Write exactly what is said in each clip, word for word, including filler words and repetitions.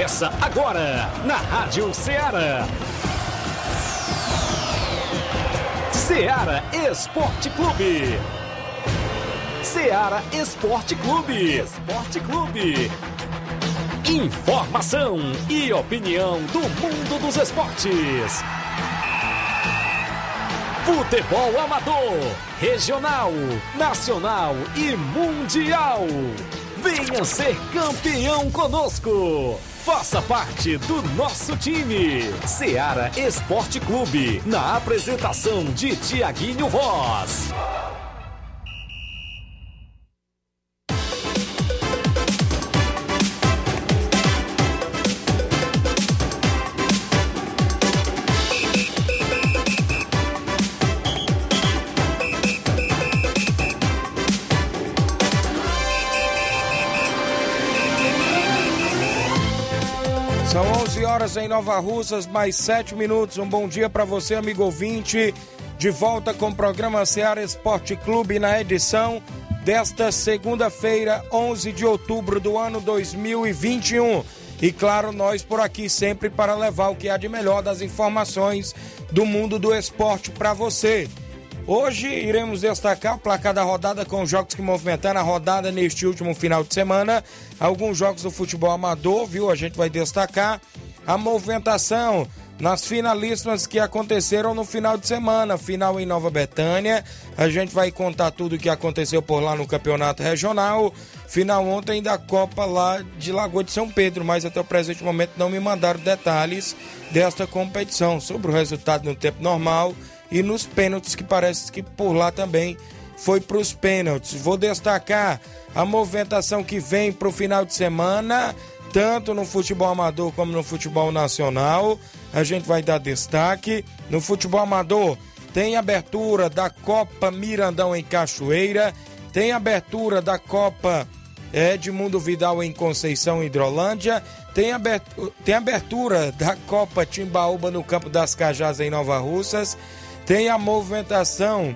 Começa agora na Rádio Ceará. Ceará Esporte Clube. Ceará Esporte Clube. Esporte Clube. Informação e opinião do mundo dos esportes. Futebol amador, regional, nacional e mundial. Venha ser campeão conosco. Faça parte do nosso time. Ceará Esporte Clube. Na apresentação de Tiaguinho Voz. São onze horas em Nova Russas, mais sete minutos. Um bom dia para você, amigo ouvinte. De volta com o programa Ceará Esporte Clube na edição desta segunda-feira, onze de outubro do ano dois mil e vinte e um. E claro, nós por aqui sempre para levar o que há de melhor das informações do mundo do esporte para você. Hoje iremos destacar o placar da rodada com os jogos que movimentaram a rodada neste último final de semana. Alguns jogos do futebol amador, viu? A gente vai destacar a movimentação nas finalíssimas que aconteceram no final de semana. Final em Nova Betânia. A gente vai contar tudo o que aconteceu por lá no campeonato regional. Final ontem da Copa lá de Lagoa de São Pedro, mas até o presente momento não me mandaram detalhes desta competição sobre o resultado no tempo normal e nos pênaltis, que parece que por lá também foi para os pênaltis. Vou destacar a movimentação que vem para o final de semana, tanto no futebol amador como no futebol nacional. A gente vai dar destaque. No futebol amador tem abertura da Copa Mirandão em Cachoeira, tem abertura da Copa Edmundo Vidal em Conceição, Hidrolândia, tem abertura, tem abertura da Copa Timbaúba no Campo das Cajás em Nova Russas, tem a movimentação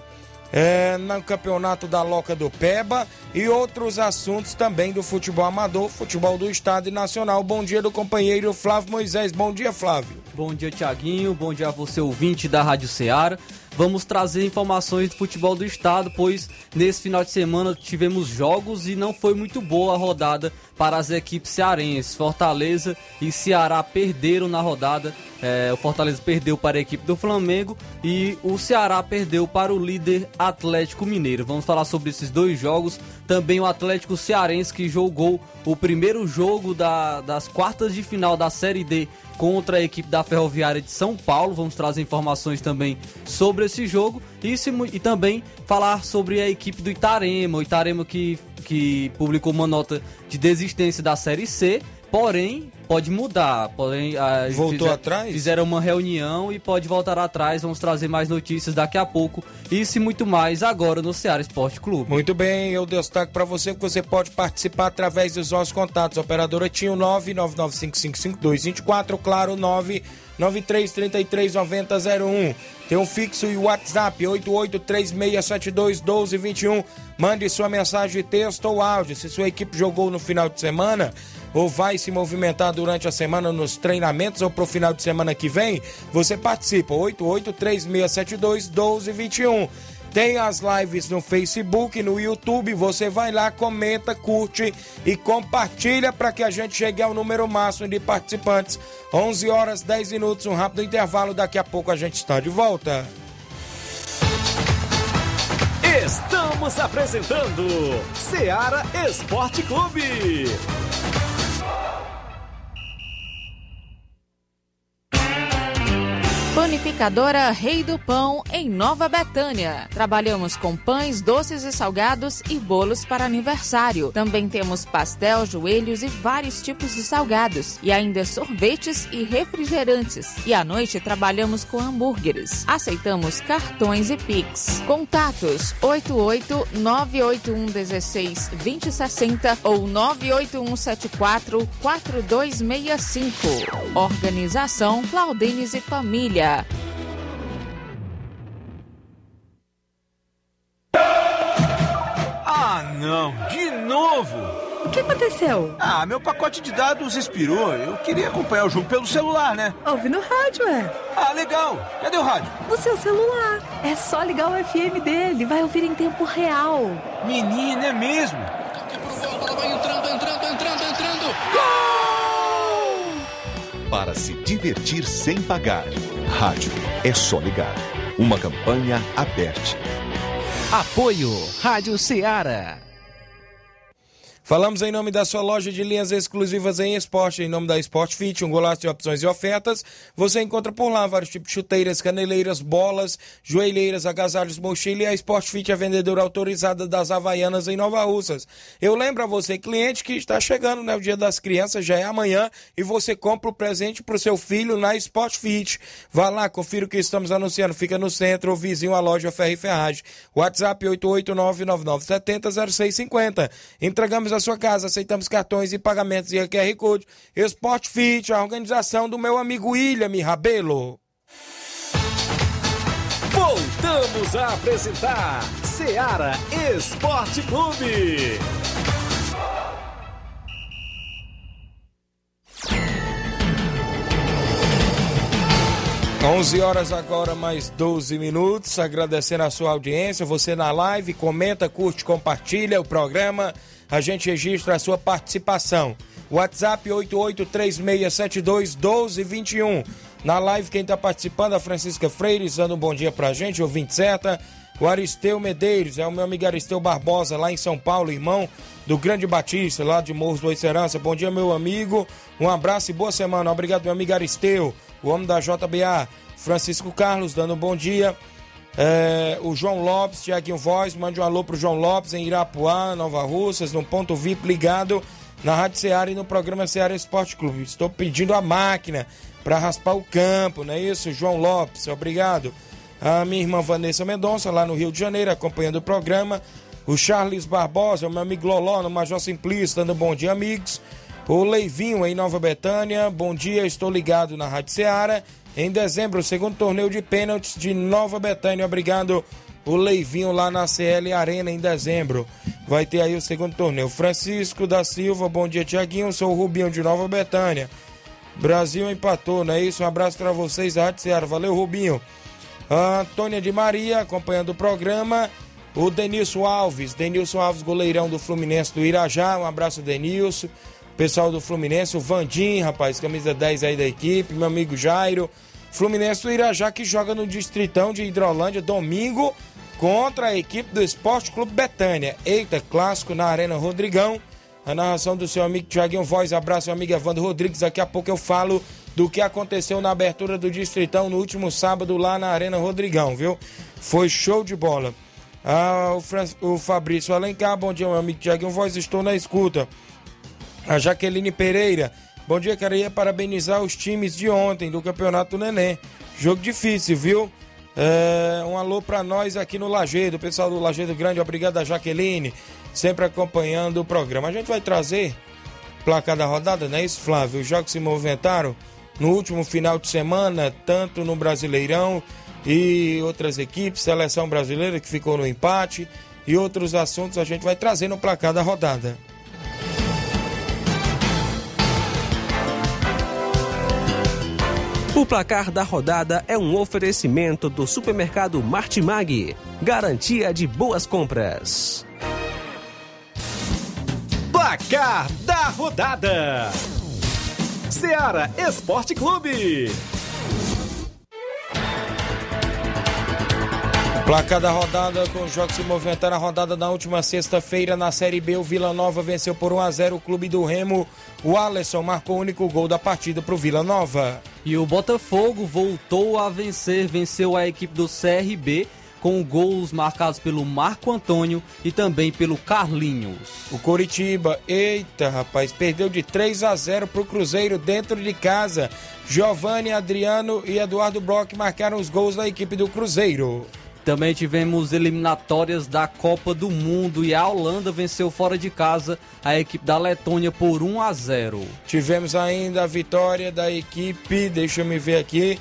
é, no campeonato da Loca do Peba e outros assuntos também do futebol amador, futebol do estado e nacional. Bom dia do companheiro Flávio Moisés. Bom dia, Flávio. Bom dia, Tiaguinho. Bom dia a você, ouvinte da Rádio Ceará. Vamos trazer informações do futebol do estado, pois nesse final de semana tivemos jogos e não foi muito boa a rodada para as equipes cearenses. Fortaleza e Ceará perderam na rodada. É, o Fortaleza perdeu para a equipe do Flamengo e o Ceará perdeu para o líder Atlético Mineiro. Vamos falar sobre esses dois jogos. Também o Atlético Cearense, que jogou o primeiro jogo da, das quartas de final da Série D contra a equipe da Ferroviária de São Paulo. Vamos trazer informações também sobre esse jogo e, se, e também falar sobre a equipe do Itarema. O Itarema que, que publicou uma nota de desistência da Série C, porém pode mudar. Porém, a, Voltou fizer, atrás? Fizeram uma reunião e pode voltar atrás. Vamos trazer mais notícias daqui a pouco. Isso e muito mais agora no Ceará Esporte Clube. Muito bem, eu destaco para você que você pode participar através dos nossos contatos. Operadora Tinho nove nove nove cinco cinco cinco dois dois quatro, claro, nove nove três três três nove zero zero um. Tem um fixo e o WhatsApp oito oito três seis sete dois um dois dois um. Mande sua mensagem de texto ou áudio. Se sua equipe jogou no final de semana ou vai se movimentar durante a semana nos treinamentos ou pro final de semana que vem, você participa. oito oito três seis sete dois um dois dois um. Tem as lives no Facebook, no YouTube. Você vai lá, comenta, curte e compartilha para que a gente chegue ao número máximo de participantes. onze horas dez minutos, um rápido intervalo. Daqui a pouco a gente está de volta. Estamos apresentando Ceará Esporte Clube. Panificadora Rei do Pão, em Nova Betânia. Trabalhamos com pães, doces e salgados e bolos para aniversário. Também temos pastel, joelhos e vários tipos de salgados. E ainda sorvetes e refrigerantes. E à noite trabalhamos com hambúrgueres. Aceitamos cartões e Pix. Contatos oito oito nove oito um um seis dois zero seis zero ou nove oito um sete quatro quatro dois seis cinco. Organização Claudines e Família. Ah, não! De novo! que aconteceu? Ah, meu pacote de dados expirou. Eu queria acompanhar o jogo pelo celular, né? Ouve no rádio, é. Ah, legal. Cadê o rádio? No seu celular. É só ligar o F M dele. Vai ouvir em tempo real. Menina, é mesmo? Bola vai entrando, entrando, entrando, entrando. Gol! Para se divertir sem pagar. Rádio é só ligar. Uma campanha aberta. Apoio Rádio Ceará. Falamos em nome da sua loja de linhas exclusivas em esporte, em nome da Sport Fit, um golaço de opções e ofertas. Você encontra por lá vários tipos de chuteiras, caneleiras, bolas, joelheiras, agasalhos, mochila, e a Sport Fit é a vendedora autorizada das Havaianas em Nova Russas. Eu lembro a você, cliente, que está chegando, né? O Dia das Crianças já é amanhã e você compra o presente para o seu filho na Sport Fit. Vá lá, confira o que estamos anunciando. Fica no centro ou vizinho à loja Ferro e Ferragem. WhatsApp oito oito nove nove nove sete zero zero seis cinco zero. Entregamos a sua casa, aceitamos cartões e pagamentos e Q R Code. Sport Fit, a organização do meu amigo William Rabelo. Voltamos a apresentar Ceará Esporte Clube. onze horas agora, mais doze minutos. Agradecendo a sua audiência. Você na live, comenta, curte, compartilha o programa. A gente registra a sua participação. WhatsApp oito oito três seis sete dois um dois dois um. Na live, quem está participando, a Francisca Freire, dando um bom dia pra gente, ouvinte certa. O Aristeu Medeiros, é o meu amigo Aristeu Barbosa, lá em São Paulo, irmão do Grande Batista, lá de Morros do Serança. Bom dia, meu amigo. Um abraço e boa semana. Obrigado, meu amigo Aristeu, o homem da J B A. Francisco Carlos, dando um bom dia. É, o João Lopes, Tiaguinho Voz, mande um alô pro João Lopes em Irapuá, Nova Russas, no ponto V I P ligado na Rádio Ceará e no programa Ceará Esporte Clube. Estou pedindo a máquina para raspar o campo, não é isso, João Lopes? Obrigado. A minha irmã Vanessa Mendonça, lá no Rio de Janeiro, acompanhando o programa. O Charles Barbosa, o meu amigo Loló, no Major Simplício, dando um bom dia, amigos. O Leivinho, em Nova Betânia, bom dia, estou ligado na Rádio Ceará. Em dezembro, o segundo torneio de pênaltis de Nova Betânia. Obrigado, o Leivinho, lá na C L Arena, em dezembro. Vai ter aí o segundo torneio. Francisco da Silva, bom dia, Tiaguinho. Sou o Rubinho de Nova Betânia. Brasil empatou, não é isso? Um abraço para vocês da Rádio Ceará. Valeu, Rubinho. A Antônia de Maria, acompanhando o programa. O Denilson Alves. Denilson Alves, goleirão do Fluminense do Irajá. Um abraço, Denilson. Pessoal do Fluminense, o Vandim, rapaz, camisa dez aí da equipe, meu amigo Jairo. Fluminense do Irajá, que joga no Distritão de Hidrolândia, domingo, contra a equipe do Esporte Clube Betânia. Eita, clássico na Arena Rodrigão. A narração do seu amigo Tiaguinho Voz. Abraço, meu amigo Evandro Rodrigues. Daqui a pouco eu falo do que aconteceu na abertura do Distritão no último sábado lá na Arena Rodrigão, viu? Foi show de bola. Ah, o, Fran... o Fabrício Alencar, bom dia, meu amigo Tiaguinho Voz, estou na escuta. A Jaqueline Pereira, bom dia, queria parabenizar os times de ontem do Campeonato Neném. Jogo difícil, viu? É, um alô pra nós aqui no Lajeado, o pessoal do Lajeado Grande, obrigado a Jaqueline, sempre acompanhando o programa. A gente vai trazer placar da rodada, não é isso, Flávio? Os jogos se movimentaram no último final de semana, tanto no Brasileirão e outras equipes, seleção brasileira que ficou no empate e outros assuntos a gente vai trazer no placar da rodada. O placar da rodada é um oferecimento do supermercado Martimag. Garantia de boas compras. Placar da rodada: Ceará Esporte Clube. Placar da rodada, com os jogos se movimentaram. A rodada na última sexta-feira na Série B, o Vila Nova venceu por um a zero o Clube do Remo. O Alisson marcou o único gol da partida para o Vila Nova. E o Botafogo voltou a vencer, venceu a equipe do C R B com gols marcados pelo Marco Antônio e também pelo Carlinhos. O Coritiba, eita rapaz, perdeu de três a zero para o Cruzeiro dentro de casa. Giovanni, Adriano e Eduardo Brock marcaram os gols da equipe do Cruzeiro. Também tivemos eliminatórias da Copa do Mundo e a Holanda venceu fora de casa a equipe da Letônia por um a zero. Tivemos ainda a vitória da equipe, deixa eu me ver aqui,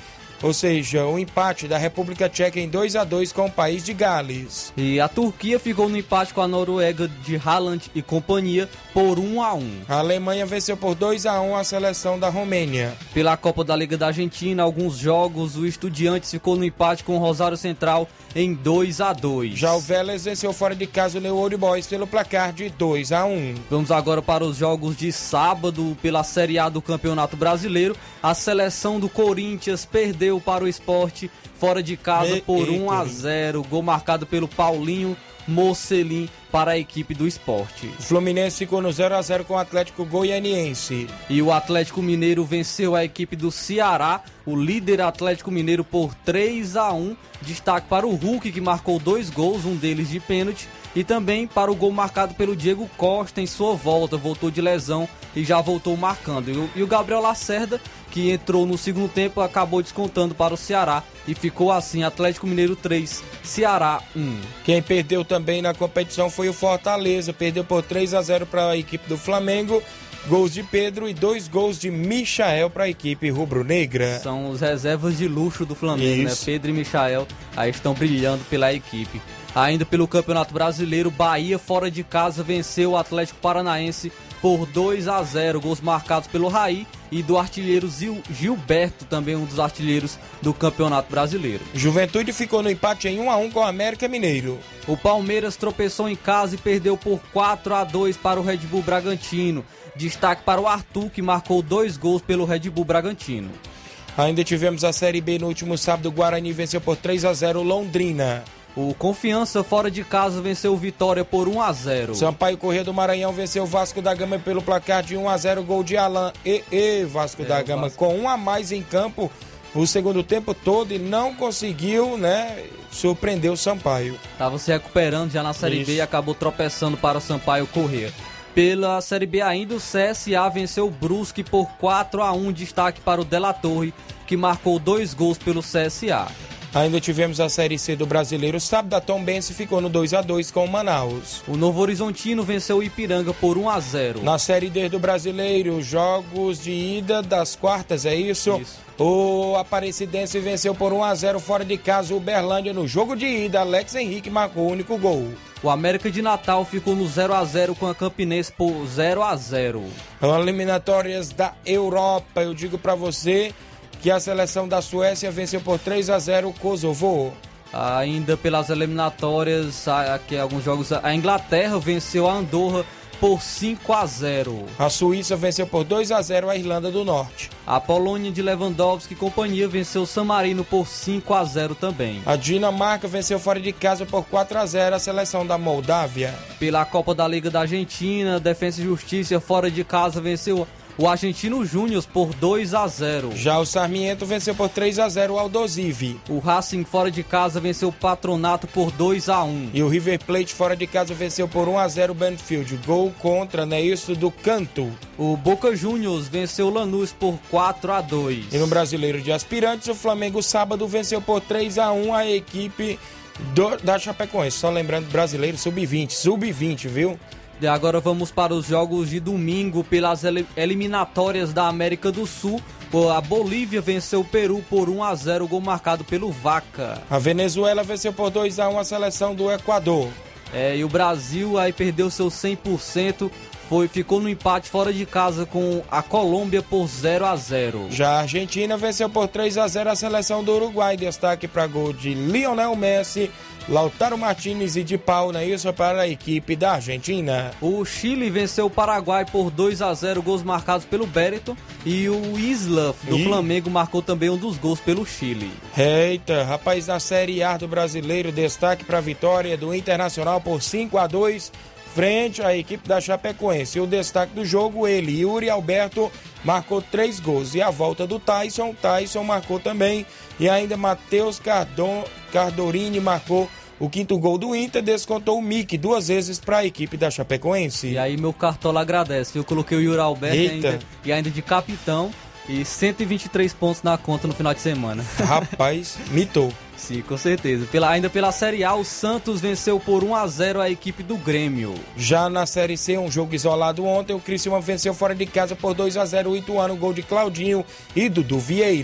ou seja, o empate da República Tcheca em dois a dois com o país de Gales. E a Turquia ficou no empate com a Noruega de Haaland e companhia por um a um. A Alemanha venceu por dois a um a seleção da Romênia. Pela Copa da Liga da Argentina, alguns jogos, o Estudiantes ficou no empate com o Rosário Central em dois a dois. Já o Vélez venceu fora de casa o New Old Boys pelo placar de dois a um. Vamos agora para os jogos de sábado pela Série A do Campeonato Brasileiro. A seleção do Corinthians perdeu para o Sport fora de casa por um a zero. Gol marcado pelo Paulinho Mocelin para a equipe do Sport. O Fluminense ficou no zero a zero com o Atlético Goianiense. E o Atlético Mineiro venceu a equipe do Ceará, o líder Atlético Mineiro, por três a um. Destaque para o Hulk, que marcou dois gols, um deles de pênalti, e também para o gol marcado pelo Diego Costa em sua volta. Voltou de lesão e já voltou marcando. E o, e o Gabriel Lacerda, que entrou no segundo tempo, acabou descontando para o Ceará e ficou assim: Atlético Mineiro três, Ceará um. Quem perdeu também na competição foi o Fortaleza, perdeu por três a zero para a equipe do Flamengo, gols de Pedro e dois gols de Michael para a equipe rubro-negra. São os reservas de luxo do Flamengo, Isso. né? Pedro e Michael aí estão brilhando pela equipe. Ainda pelo Campeonato Brasileiro, Bahia fora de casa venceu o Atlético Paranaense por dois a zero, gols marcados pelo Raí e do artilheiro Gil, Gilberto, também um dos artilheiros do Campeonato Brasileiro. Juventude ficou no empate em um a um com o América Mineiro. O Palmeiras tropeçou em casa e perdeu por quatro a dois para o Red Bull Bragantino. Destaque para o Arthur, que marcou dois gols pelo Red Bull Bragantino. Ainda tivemos a Série B no último sábado, o Guarani venceu por três a zero Londrina. O Confiança fora de casa venceu o Vitória por um a zero. Sampaio Corrêa do Maranhão venceu o Vasco da Gama pelo placar de um a zero, gol de Alain. E, e Vasco é, da Gama Vasco. Com um a mais em campo o segundo tempo todo e não conseguiu, né, surpreender o Sampaio. Estava se recuperando já na Série Isso. B e acabou tropeçando para o Sampaio Corrêa. Pela Série B ainda, o C S A venceu o Brusque por quatro a um, destaque para o Della Torre, que marcou dois gols pelo C S A. Ainda tivemos a Série C do Brasileiro. Sábado, a Tombense ficou no dois a dois com o Manaus. O Novo Horizontino venceu o Ipiranga por um a zero. Na Série D do Brasileiro, jogos de ida das quartas, é isso? Isso. O Aparecidense venceu por um a zero fora de casa o Uberlândia. No jogo de ida, Alex Henrique marcou o único gol. O América de Natal ficou no zero a zero com a Campinense por zero a zero. As eliminatórias da Europa, eu digo pra você que a seleção da Suécia venceu por três a zero o Kosovo. Ainda pelas eliminatórias, aqui alguns jogos, a Inglaterra venceu a Andorra por cinco a zero. A Suíça venceu por dois a zero a Irlanda do Norte. A Polônia de Lewandowski e companhia venceu o San Marino por cinco a zero também. A Dinamarca venceu fora de casa por quatro a zero a seleção da Moldávia. Pela Copa da Liga da Argentina, Defensa e Justiça fora de casa venceu o Argentino Júnior por dois a zero. Já o Sarmiento venceu por três a zero o Aldosivi. O Racing fora de casa venceu o Patronato por dois a um. E o River Plate fora de casa venceu por um a zero o Banfield. Gol contra, né, isso, do Canto. O Boca Juniors venceu o Lanús por quatro a dois. E no Brasileiro de Aspirantes, o Flamengo sábado venceu por três a um a equipe do, da Chapecoense. Só lembrando, Brasileiro sub vinte, sub vinte, viu? E agora vamos para os jogos de domingo pelas eliminatórias da América do Sul. A Bolívia venceu o Peru por um a zero, gol marcado pelo Vaca. A Venezuela venceu por dois a um a seleção do Equador. É, e o Brasil aí perdeu seu cem por cento, foi, ficou no empate fora de casa com a Colômbia por zero a zero. Já a Argentina venceu por três a zero a seleção do Uruguai. Destaque para gol de Lionel Messi, Lautaro Martínez e de Paul, né? Isso para a equipe da Argentina. O Chile venceu o Paraguai por dois a zero, gols marcados pelo Berito, e o Isla do e... Flamengo marcou também um dos gols pelo Chile. Eita, rapaz, na Série A do Brasileiro, destaque para a vitória do Internacional por cinco a dois frente à equipe da Chapecoense. E o destaque do jogo, ele, Yuri Alberto, marcou três gols. E a volta do Tyson, Tyson marcou também. E ainda Matheus Cardon, Cardorini marcou o quinto gol do Inter, descontou o Mick duas vezes para a equipe da Chapecoense. E aí meu cartola agradece. Eu coloquei o Yuri Alberto e ainda, e ainda de capitão e cento e vinte e três pontos na conta no final de semana. Rapaz, mitou. Sim, com certeza. Pela, ainda pela Série A, o Santos venceu por um a zero a equipe do Grêmio. Já na Série C, um jogo isolado ontem, o Criciúma venceu fora de casa por dois a zero o Ituano, gol de Claudinho e Dudu Vieira.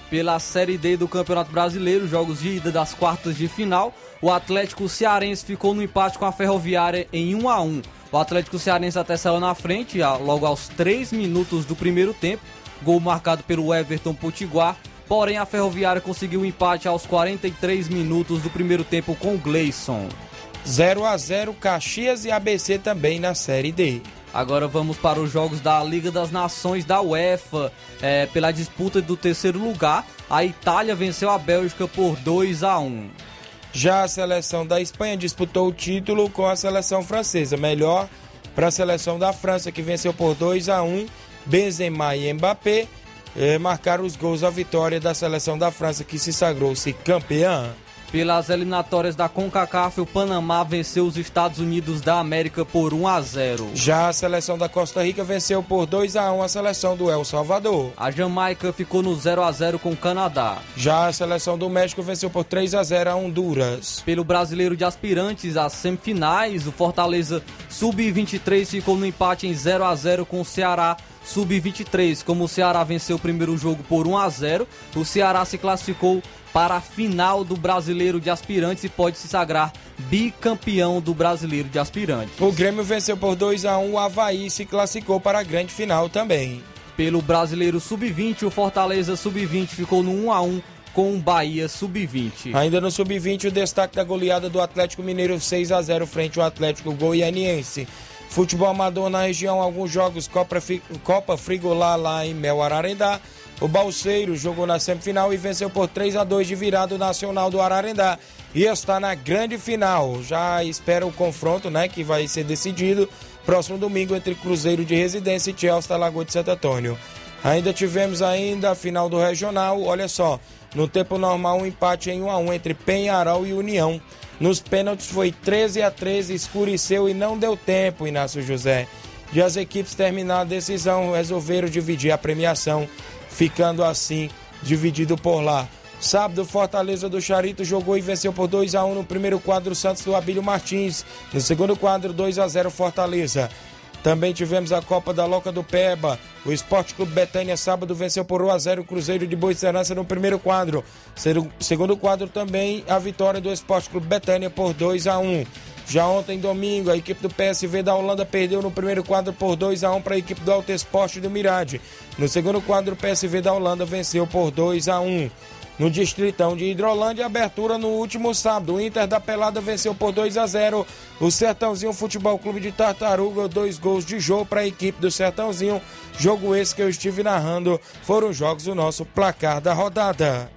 Pela Série D do Campeonato Brasileiro, jogos de ida das quartas de final, o Atlético Cearense ficou no empate com a Ferroviária em um a um. O Atlético Cearense até saiu na frente, logo aos três minutos do primeiro tempo, gol marcado pelo Everton Potiguar, porém a Ferroviária conseguiu o empate aos quarenta e três minutos do primeiro tempo com o Gleison. zero a zero Caxias e A B C também na Série D. Agora vamos para os jogos da Liga das Nações da UEFA. É, pela disputa do terceiro lugar, a Itália venceu a Bélgica por dois a um. Já a seleção da Espanha disputou o título com a seleção francesa. Melhor para a seleção da França, que venceu por dois a um. Benzema e Mbappé eh, marcaram os gols da vitória da seleção da França, que se sagrou-se campeã. Pelas eliminatórias da CONCACAF, o Panamá venceu os Estados Unidos da América por um a zero. Já a seleção da Costa Rica venceu por dois a um a seleção do El Salvador. A Jamaica ficou no zero a zero com o Canadá. Já a seleção do México venceu por três a zero a Honduras. Pelo Brasileiro de Aspirantes, às semifinais, o Fortaleza sub vinte e três ficou no empate em zero a zero com o Ceará sub vinte e três. Como o Ceará venceu o primeiro jogo por um a zero, o Ceará se classificou para a final do Brasileiro de Aspirantes e pode se sagrar bicampeão do Brasileiro de Aspirantes. O Grêmio venceu por dois a um o Avaí e se classificou para a grande final também. Pelo Brasileiro sub vinte, o Fortaleza sub vinte ficou no um a um com o Bahia sub vinte. Ainda no sub vinte, o destaque da goleada do Atlético Mineiro seis a zero frente ao Atlético Goianiense. Futebol amador na região, alguns jogos, Copa, Copa Frigolá lá em Mel Ararendá. O Balseiro jogou na semifinal e venceu por três a dois de virada o Nacional do Ararendá. E está na grande final. Já espera o confronto, né, que vai ser decidido próximo domingo entre Cruzeiro de Residência e Chelsea da Lagoa de Santo Antônio. Ainda tivemos ainda a final do Regional. Olha só, no tempo normal um empate em um a um entre Penharol e União. Nos pênaltis foi treze a treze, escureceu e não deu tempo, Inácio José. E as equipes terminaram a decisão, resolveram dividir a premiação, ficando assim dividido por lá. Sábado, Fortaleza do Charito jogou e venceu por dois a um no primeiro quadro, Santos do Abílio Martins. No segundo quadro, dois a zero Fortaleza. Também tivemos a Copa da Loca do Peba. O Esporte Clube Betânia, sábado, venceu por um a zero o Cruzeiro de Boa Esperança no primeiro quadro. Segundo quadro também, a vitória do Esporte Clube Betânia por dois a um. Já ontem, domingo, a equipe do P S V da Holanda perdeu no primeiro quadro por dois a um para a equipe do Alto Esporte do Mirade. No segundo quadro, o P S V da Holanda venceu por dois a um. No Distritão de Hidrolândia, abertura no último sábado. O Inter da Pelada venceu por dois a zero. O Sertãozinho Futebol Clube de Tartaruga, dois gols de jogo para a equipe do Sertãozinho. Jogo esse que eu estive narrando, foram os jogos do nosso placar da rodada.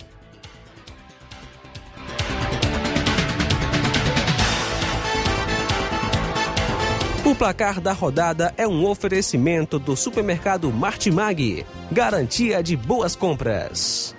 O placar da rodada é um oferecimento do supermercado Martimag. Garantia de boas compras.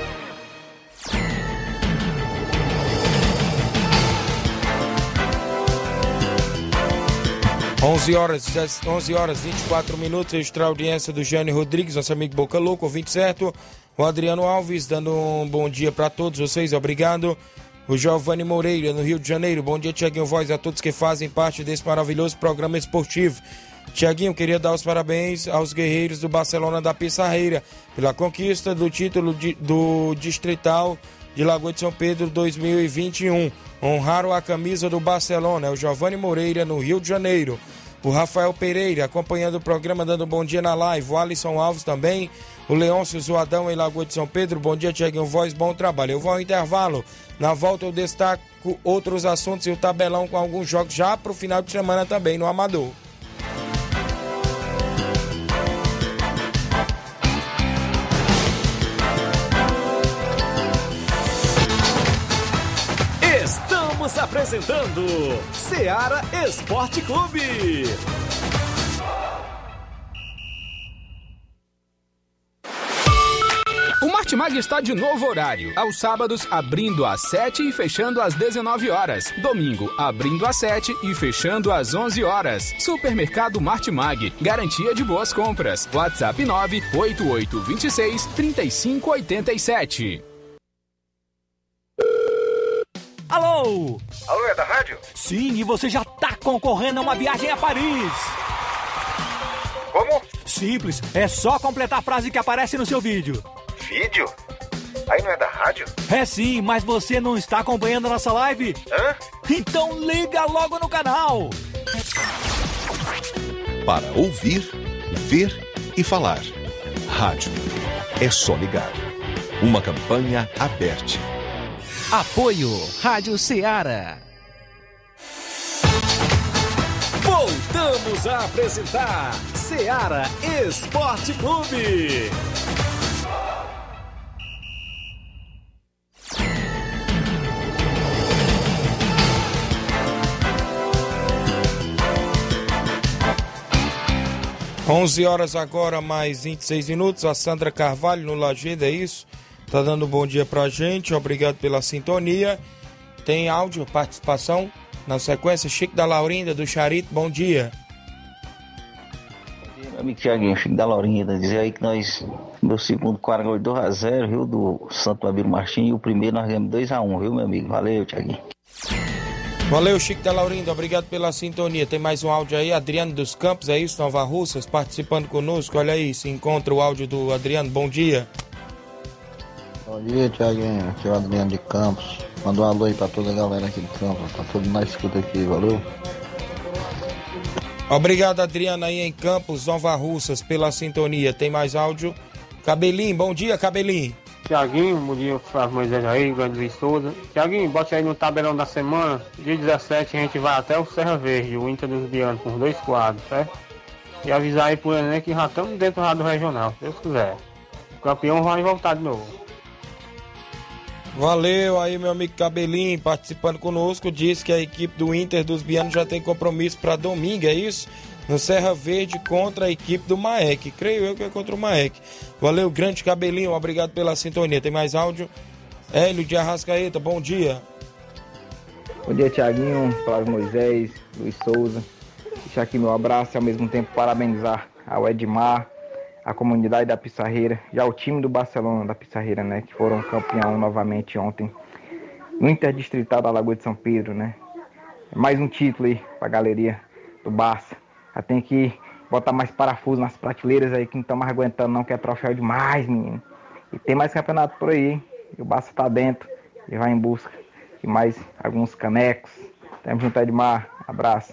onze horas, onze horas e vinte e quatro minutos, extra audiência do Jânio Rodrigues, nosso amigo Boca Louco, ouvinte certo. O Adriano Alves, dando um bom dia para todos vocês, obrigado. O Giovanni Moreira, no Rio de Janeiro, bom dia, Tiaguinho Voz, a todos que fazem parte desse maravilhoso programa esportivo. Tiaguinho, queria dar os parabéns aos guerreiros do Barcelona da Pissarreira pela conquista do título de, do Distrital de Lagoa de São Pedro dois mil e vinte e um. Honraram a camisa do Barcelona, é o Giovanni Moreira, no Rio de Janeiro. O Rafael Pereira, acompanhando o programa, dando um bom dia na live. O Alisson Alves também. O Leôncio Zoadão, em Lagoa de São Pedro. Bom dia, Tiaguinho Voz, bom trabalho. Eu vou ao intervalo. Na volta eu destaco outros assuntos e o tabelão com alguns jogos já para o final de semana também no Amador. Estamos apresentando Seara Esporte Clube. O Martimag está de novo horário. Aos sábados, abrindo às sete e fechando às dezenove horas. Domingo, abrindo às sete e fechando às onze horas. Supermercado Martimag. Garantia de boas compras. WhatsApp nove oito oito dois seis três cinco oito sete. Alô? Alô, é da rádio? Sim, e você já tá concorrendo a uma viagem a Paris. Como? Simples, é só completar a frase que aparece no seu vídeo. Vídeo? Aí não é da rádio? É sim, mas você não está acompanhando a nossa live? Hã? Então liga logo no canal. Para ouvir, ver e falar. Rádio. É só ligar. Uma campanha aberta. Apoio Rádio Ceará. Voltamos a apresentar Ceará Esporte Clube. onze horas agora, mais vinte e seis minutos. A Sandra Carvalho no Lajeado, é isso? Tá dando um bom dia pra gente. Obrigado pela sintonia. Tem áudio, participação. Na sequência, Chico da Laurinda, do Charito, bom dia. Bom dia, meu amigo Thiaguinho, Chico da Laurinda. Dizer aí que nós, meu segundo quadro foi dois a zero, viu, do Santo Abílio Martins, e o primeiro nós ganhamos dois a um, viu, meu amigo? Valeu, Thiaguinho. Valeu, Chico da Laurinda, obrigado pela sintonia. Tem mais um áudio aí, Adriano dos Campos, é isso, Nova Russas, participando conosco. Olha aí, se encontra o áudio do Adriano, bom dia. Bom dia, Thiaguinho, aqui é o Adriano de Campos. Manda um alô aí pra toda a galera aqui do campo, tá todo mundo na escuta aqui, valeu? Obrigado, Adriano, aí em Campos, Nova Russas, pela sintonia. Tem mais áudio. Cabelinho, bom dia, Cabelinho. Tiaguinho, bom dia, Flávio Moisés aí, grande Luiz Souza. Tiaguinho, bote aí no tabelão da semana. Dia dezessete a gente vai até o Serra Verde, o Inter dos Bianos, com dois quadros, certo? E avisar aí pro Enem que já estamos dentro do regional, se Deus quiser. O campeão vai voltar de novo. Valeu aí, meu amigo Cabelinho, participando conosco. Diz que a equipe do Inter dos Bianos já tem compromisso para domingo, é isso? No Serra Verde contra a equipe do Maek. Creio eu que é contra o Maek. Valeu, grande Cabelinho, obrigado pela sintonia. Tem mais áudio? Hélio de Arrascaeta, bom dia. Bom dia, Thiaguinho, Flávio Moisés, Luiz Souza. Deixar aqui meu abraço e ao mesmo tempo parabenizar ao Edmar, a comunidade da Pissarreira e ao time do Barcelona da Pissarreira, né, que foram campeão novamente ontem no Interdistrital da Lagoa de São Pedro, né. Mais um título aí pra galeria do Barça. Já tem que botar mais parafuso nas prateleiras aí, que não estão mais aguentando não, que é troféu demais, menino. E tem mais campeonato por aí, hein? E o Barça tá dentro e vai em busca de mais alguns canecos. Tamo junto, Edmar. Abraço.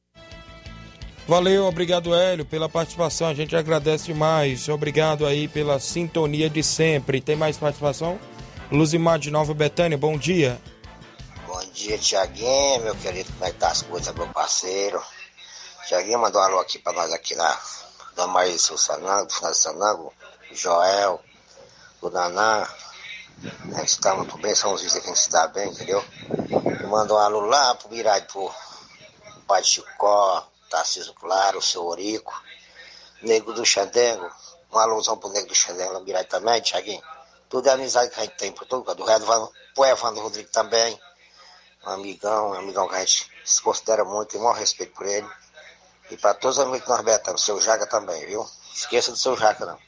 Valeu, obrigado, Hélio, pela participação. A gente agradece demais. Obrigado aí pela sintonia de sempre. Tem mais participação? Luzimar de Nova Betânia, bom dia. Bom dia, Thiaguinho, meu querido. Como é que tá as coisas, meu parceiro? Thiaguinho mandou um alô aqui pra nós aqui na da Maísa, o Sanango, do final de Sanango, o Joel, o Naná. A gente tá muito bem, são os vídeos que a gente se dá bem, entendeu? E mandou um alô lá pro Mirade, pro Pai de Chicó, Tarcísio Claro, o seu Orico, Nego do Xandengo. Um alôzão pro Nego do Xandengo no Mirade também, Thiaguinho. Tudo é amizade que a gente tem por todo mundo. Do Evandro, pro Evandro Rodrigues também. Um amigão, um amigão que a gente se considera muito, tem o maior respeito por ele. E para todos os amigos que nós betamos, o seu Jaca também, viu? Esqueça do seu Jaca, não.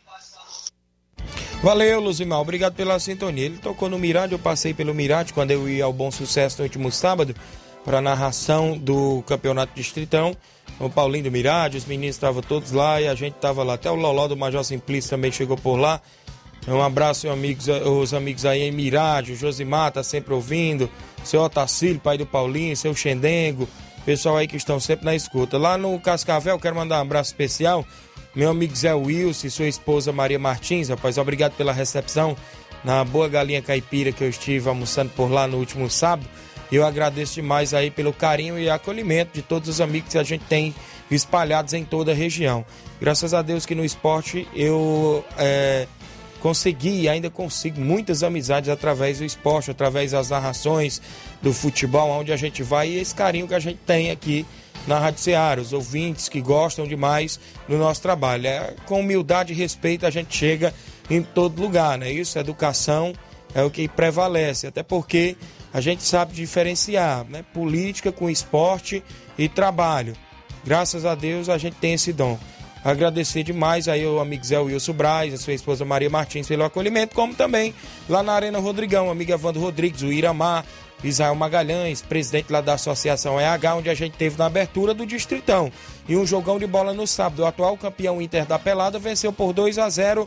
Valeu, Luzimar, obrigado pela sintonia. Ele tocou no Mirade, eu passei pelo Mirade quando eu ia ao Bom Sucesso no último sábado para a narração do Campeonato Distritão. O Paulinho do Mirade, os meninos estavam todos lá e a gente estava lá. Até o Loló do Major Simplício também chegou por lá. Um abraço, amigos, os amigos aí em Mirade, o Josimar tá sempre ouvindo, seu Otacílio, pai do Paulinho, seu Xendengo, pessoal aí que estão sempre na escuta. Lá no Cascavel, quero mandar um abraço especial, meu amigo Zé Wilson e sua esposa Maria Martins, rapaz, obrigado pela recepção na Boa Galinha Caipira que eu estive almoçando por lá no último sábado. Eu agradeço demais aí pelo carinho e acolhimento de todos os amigos que a gente tem espalhados em toda a região. Graças a Deus que no esporte eu é, consegui e ainda consigo muitas amizades através do esporte, através das narrações do futebol, onde a gente vai, e esse carinho que a gente tem aqui na Rádio Ceará, os ouvintes que gostam demais do nosso trabalho. É, com humildade e respeito a gente chega em todo lugar, né? Isso, educação é o que prevalece, até porque a gente sabe diferenciar, né? Política com esporte e trabalho. Graças a Deus a gente tem esse dom. Agradecer demais aí ao amigo Zé Wilson Braz, a sua esposa Maria Martins pelo acolhimento, como também lá na Arena Rodrigão, amigo Evandro Rodrigues, o Iramar, Israel Magalhães, presidente lá da Associação E H, onde a gente teve na abertura do Distritão. E um jogão de bola no sábado. O atual campeão Inter da Pelada venceu por dois a zero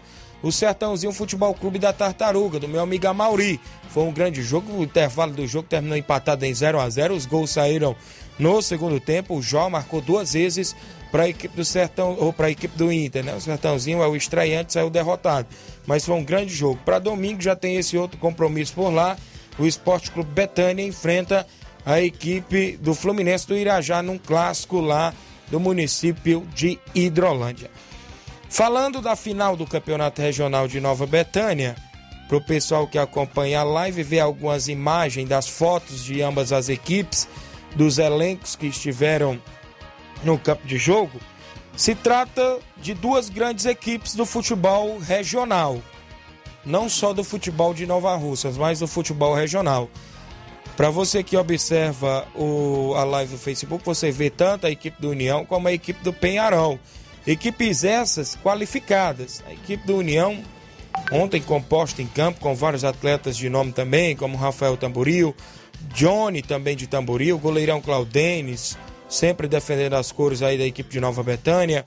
o Sertãozinho Futebol Clube da Tartaruga, do meu amigo Amauri. Foi um grande jogo, o intervalo do jogo terminou empatado em zero a zero, os gols saíram no segundo tempo, o Jó marcou duas vezes para a equipe do Sertão, ou para a equipe do Inter, né? O Sertãozinho é o estreante, saiu derrotado, mas foi um grande jogo. Para domingo já tem esse outro compromisso por lá, o Esporte Clube Betânia enfrenta a equipe do Fluminense do Irajá num clássico lá do município de Hidrolândia. Falando da final do Campeonato Regional de Nova Betânia, para o pessoal que acompanha a live ver algumas imagens das fotos de ambas as equipes, dos elencos que estiveram no campo de jogo, se trata de duas grandes equipes do futebol regional, não só do futebol de Nova Russas, mas do futebol regional. Para você que observa o, a live do Facebook, você vê tanto a equipe do União como a equipe do Penharol. Equipes essas qualificadas. A equipe do União, ontem composta em campo com vários atletas de nome também, como Rafael Tamboril, Johnny também de Tamboril, goleirão Claudenes, sempre defendendo as cores aí da equipe de Nova Betânia.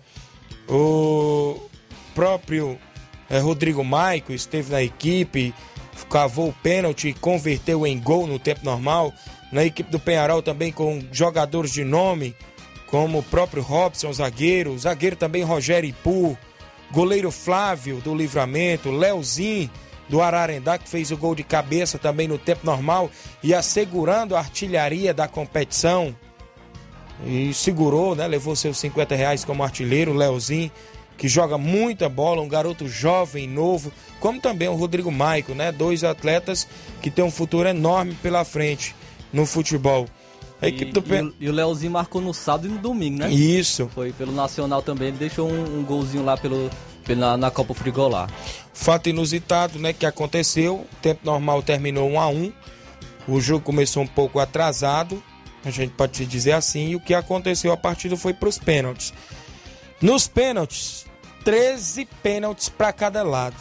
O próprio é, Rodrigo Maico esteve na equipe, cavou o pênalti e converteu em gol no tempo normal. Na equipe do Penharol também com jogadores de nome, como o próprio Robson, zagueiro, o zagueiro também Rogério Ipu, goleiro Flávio do Livramento, Leozinho do Ararendá, que fez o gol de cabeça também no tempo normal e assegurando a artilharia da competição. E segurou, né? Levou seus cinquenta reais como artilheiro, o Leozinho, que joga muita bola, um garoto jovem, novo, como também o Rodrigo Maico, né? Dois atletas que têm um futuro enorme pela frente no futebol. A equipe e, do Pen... e, o, e o Leozinho marcou no sábado e no domingo, né? Isso. Foi pelo Nacional também, ele deixou um, um golzinho lá pelo, pela, na Copa Frigolar. Fato inusitado, né, que aconteceu, o tempo normal terminou um a um, o jogo começou um pouco atrasado, a gente pode dizer assim, e o que aconteceu, a partida foi para os pênaltis. Nos pênaltis, treze pênaltis para cada lado.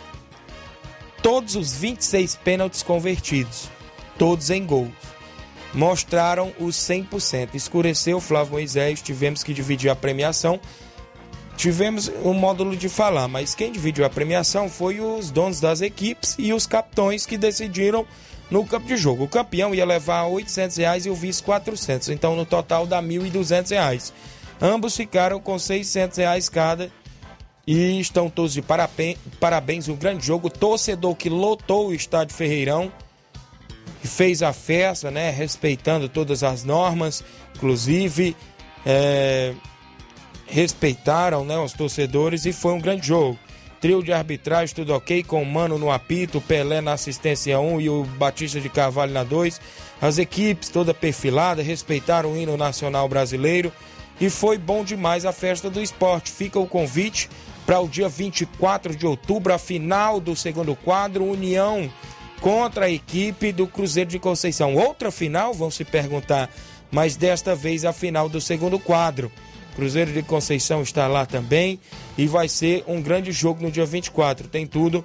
Todos os vinte e seis pênaltis convertidos, todos em gols. Mostraram os cem por cento. Escureceu, Flávio Moisés, tivemos que dividir a premiação. Tivemos um módulo de falar, mas quem dividiu a premiação foi os donos das equipes e os capitães que decidiram no campo de jogo. O campeão ia levar oitocentos reais e o vice quatrocentos, então no total dá mil e duzentos reais. Ambos ficaram com seiscentos reais cada e estão todos de parabéns. Um grande jogo, o torcedor que lotou o estádio Ferreirão e fez a festa, né, respeitando todas as normas, inclusive é, respeitaram, né, os torcedores, e foi um grande jogo. Trio de arbitragem, tudo ok, com o Mano no apito, o Pelé na assistência um e o Batista de Carvalho na dois. As equipes toda perfilada, respeitaram o hino nacional brasileiro e foi bom demais a festa do esporte. Fica o convite para o dia vinte e quatro de outubro, a final do segundo quadro, União contra a equipe do Cruzeiro de Conceição. Outra final, vão se perguntar, mas desta vez a final do segundo quadro. Cruzeiro de Conceição está lá também e vai ser um grande jogo no dia vinte e quatro. Tem tudo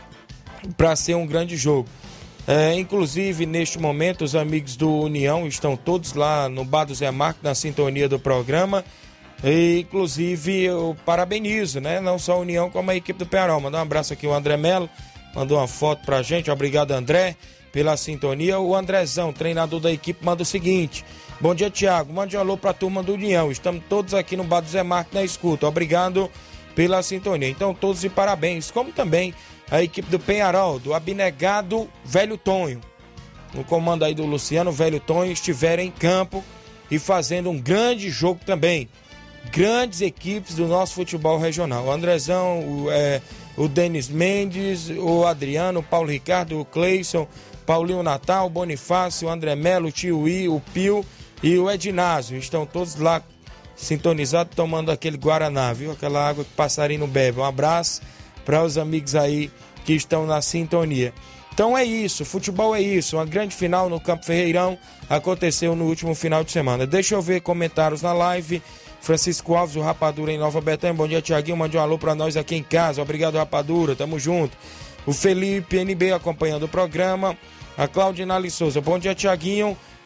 para ser um grande jogo. É, inclusive, neste momento, os amigos do União estão todos lá no Bar do Zé Marco, na sintonia do programa. E, inclusive, eu parabenizo, né? Não só a União, como a equipe do Penharol. Mandar um abraço aqui ao André Melo. Mandou uma foto pra gente, obrigado André pela sintonia. O Andrezão, treinador da equipe, manda o seguinte: bom dia, Thiago, mande um alô pra turma do União, estamos todos aqui no Bar do Zé Marco na escuta, obrigado pela sintonia. Então todos de parabéns, como também a equipe do Penharol, do abnegado Velho Tonho, no comando aí do Luciano Velho Tonho, estiveram em campo e fazendo um grande jogo também. Grandes equipes do nosso futebol regional. O Andrezão, o, é, o Denis Mendes, o Adriano, o Paulo Ricardo, o Cleison, Paulinho Natal, o Bonifácio, o André Melo, o Tio I, o Pio e o Ednásio. Estão todos lá sintonizados, tomando aquele Guaraná, viu? Aquela água que passarinho bebe. Um abraço para os amigos aí que estão na sintonia. Então é isso, futebol é isso. Uma grande final no Campo Ferreirão aconteceu no último final de semana. Deixa eu ver comentários na live. Francisco Alves, o Rapadura em Nova Betânia. Bom dia, Tiaguinho. Mande um alô pra nós aqui em casa. Obrigado, Rapadura. Tamo junto. O Felipe N B acompanhando o programa. A Claudinale Souza. Bom dia, Tiaguinho.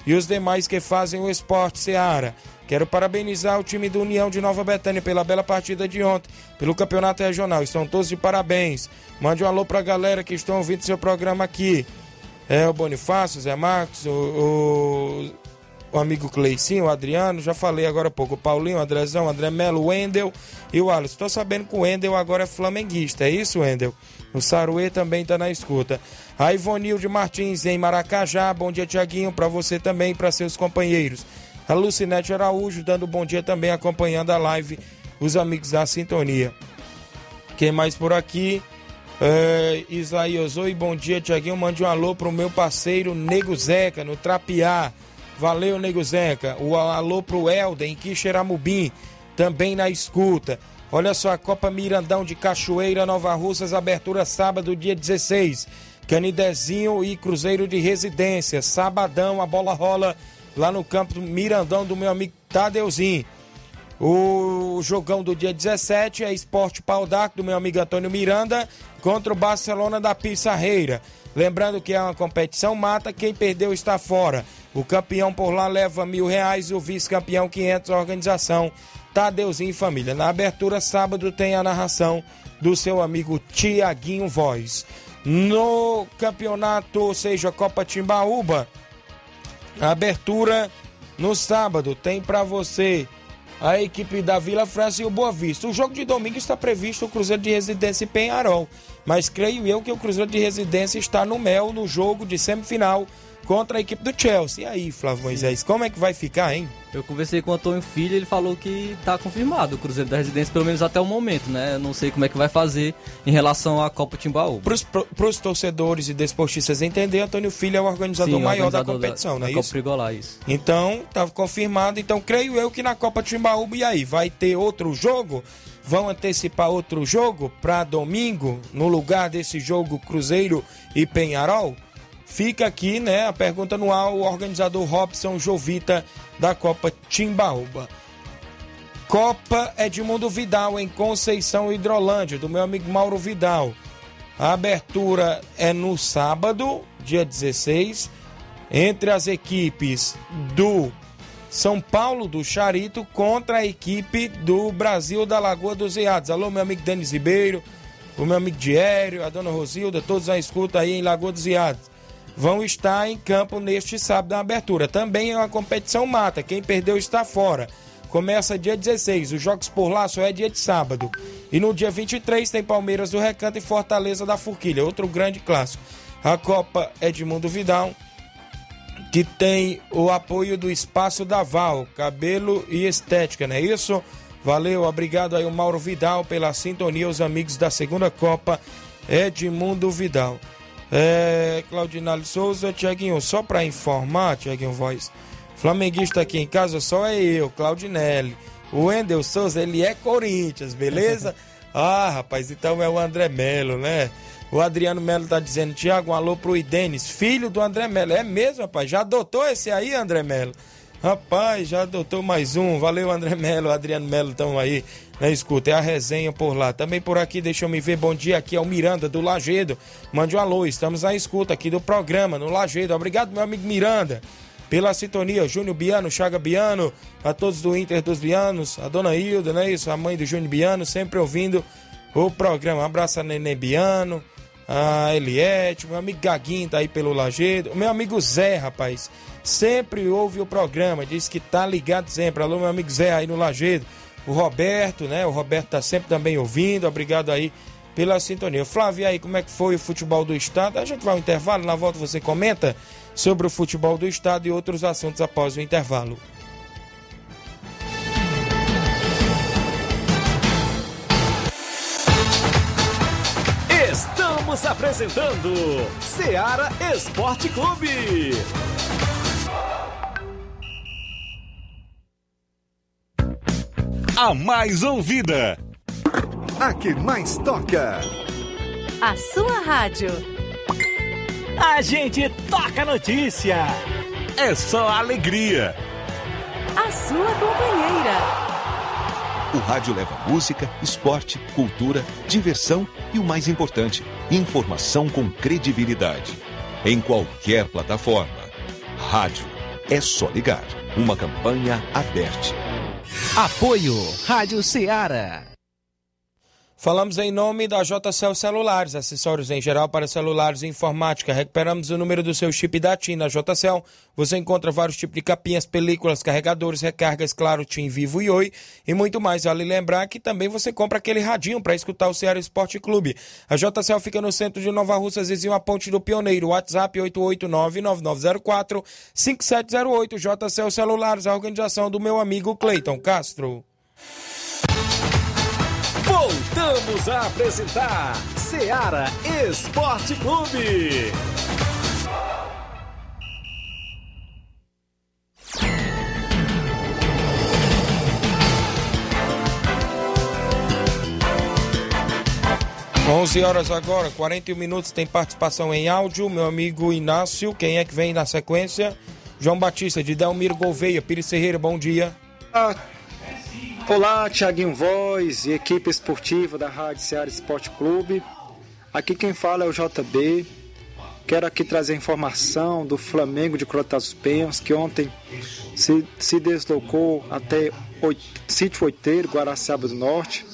e os demais que fazem o Esporte Seara. Quero parabenizar o time do União de Nova Betânia pela bela partida de ontem, pelo campeonato regional. Estão todos de parabéns. Mande um alô pra galera que estão ouvindo seu programa aqui. É o Bonifácio, o Zé Marcos, o, o, o amigo Cleicinho, o Adriano, já falei agora há pouco, o Paulinho, o Andrezão, o André Melo, o Wendel e o Alisson. Estou sabendo que o Wendel agora é flamenguista, é isso, Wendel? O Saruê também está na escuta. A Ivonilde Martins, em Maracajá. Bom dia, Tiaguinho, para você também e para seus companheiros. A Lucinete Araújo, dando bom dia também, acompanhando a live, os amigos da Sintonia. Quem mais por aqui? É, Isaías, oi, bom dia, Tiaguinho. Mande um alô pro meu parceiro Nego Zeca, no Trapiá. Valeu, Nego Zeca. O alô pro Helder, em Quixeramobim, também na escuta. Olha só, a Copa Mirandão de Cachoeira, Nova Russas, abertura sábado, dia dezesseis. Canidezinho e Cruzeiro de Residência. Sabadão, a bola rola lá no campo do Mirandão do meu amigo Tadeuzinho. O jogão do dia dezessete é Esporte Pau d'Arco do meu amigo Antônio Miranda contra o Barcelona da Pissarreira. Lembrando que é uma competição mata, quem perdeu está fora. O campeão por lá leva mil reais, o vice-campeão quinhentos, a organização Tadeuzinho e Família. Na abertura sábado tem a narração do seu amigo Tiaguinho Voz. No campeonato, ou seja, Copa Timbaúba, a abertura no sábado tem para você a equipe da Vila França e o Boa Vista. O jogo de domingo está previsto o Cruzeiro de Residência e Penharol, mas creio eu que o Cruzeiro de Residência está no mel no jogo de semifinal contra a equipe do Chelsea. E aí, Flávio Moisés, como é que vai ficar, hein? Eu conversei com o Antônio Filho, ele falou que tá confirmado o Cruzeiro da Residência, pelo menos até o momento, né? Eu não sei como é que vai fazer em relação à Copa Timbaúba. Para os torcedores e desportistas entender, Antônio Filho é o organizador Sim, maior organizador da competição, da, não é da isso? Copa Frigolá, isso. Então, tá confirmado. Então, creio eu que na Copa Timbaúba, e aí, vai ter outro jogo? Vão antecipar outro jogo para domingo, no lugar desse jogo Cruzeiro e Penharol? Fica aqui, né, a pergunta no ar, o organizador Robson Jovita da Copa Timbaúba. Copa Edmundo Vidal em Conceição Hidrolândia, do meu amigo Mauro Vidal. A abertura é no sábado, dia dezesseis, entre as equipes do São Paulo do Charito contra a equipe do Brasil da Lagoa dos Veados. Alô, meu amigo Denis Ribeiro, o meu amigo Diério, a dona Rosilda, todos na escuta aí em Lagoa dos Veados. Vão estar em campo neste sábado na abertura. Também é uma competição mata, quem perdeu está fora. Começa dia dezesseis, os jogos por lá só é dia de sábado. E no dia vinte e três tem Palmeiras do Recanto e Fortaleza da Forquilha, outro grande clássico. A Copa Edmundo Vidal, que tem o apoio do Espaço da Val, cabelo e estética, não é isso? Valeu, obrigado aí o Mauro Vidal pela sintonia, os amigos da segunda Copa Edmundo Vidal. É, Claudinaldo Souza, Tiaguinho, só para informar, Tiaguinho Voz, flamenguista aqui em casa só é eu, Claudinelli. O Wendel Souza, ele é Corinthians, beleza? Ah, rapaz, então é o André Melo, né? O Adriano Melo tá dizendo, Tiago, um alô pro Idenes, filho do André Melo. É mesmo, rapaz? Já adotou esse aí, André Melo? Rapaz, já adotou mais um. Valeu, André Melo, Adriano Melo, estão aí na escuta. É a resenha por lá. Também por aqui, deixa eu me ver. Bom dia, aqui é o Miranda do Lagedo. Mande um alô, estamos na escuta aqui do programa, no Lagedo. Obrigado, meu amigo Miranda, pela sintonia. Júnior Biano, Chaga Biano, a todos do Inter dos Bianos, a dona Hilda, não é isso? A mãe do Júnior Biano, sempre ouvindo o programa. Um abraço a Nenê Biano, a Eliette, meu amigo Gaguinho tá aí pelo Lagedo. O meu amigo Zé, rapaz, sempre ouve o programa, diz que tá ligado sempre. Alô, meu amigo Zé aí no Lagedo. O Roberto, né? O Roberto tá sempre também ouvindo. Obrigado aí pela sintonia. Flávio, e aí, como é que foi o futebol do estado? A gente vai ao intervalo, na volta você comenta sobre o futebol do estado e outros assuntos após o intervalo. Estamos apresentando Seara Esporte Clube. A mais ouvida, a que mais toca, a sua rádio. A gente toca notícia. É só alegria. A sua companheira. O rádio leva música, esporte, cultura, diversão e o mais importante, informação com credibilidade. Em qualquer plataforma. Rádio é só ligar. Uma campanha aberta. Apoio Rádio Ceará. Falamos em nome da J C L Celulares, acessórios em geral para celulares e informática. Recuperamos o número do seu chip da TIM. Na J C L você encontra vários tipos de capinhas, películas, carregadores, recargas, claro, TIM, Vivo e Oi e muito mais. Vale lembrar que também você compra aquele radinho para escutar o Ceará Esporte Clube. A J C L fica no centro de Nova Russas, vizinho à Ponte do Pioneiro. WhatsApp oito oito nove, nove nove zero quatro, cinco sete zero oito. J C L Celulares, a organização do meu amigo Cleiton Castro. Voltamos a apresentar Ceará Esporte Clube. onze horas agora, quarenta e um minutos, tem participação em áudio. Meu amigo Inácio, quem é que vem na sequência? João Batista, de Delmiro Gouveia, Pires Ferreira, bom dia. Ah. Olá, Thiaguinho Voz e equipe esportiva da Rádio Ceará Esporte Clube. Aqui quem fala é o J B. Quero aqui trazer informação do Flamengo de Croatá dos Penhos, que ontem se, se deslocou até o Sítio Oiteiro, Guaraciaba do Norte.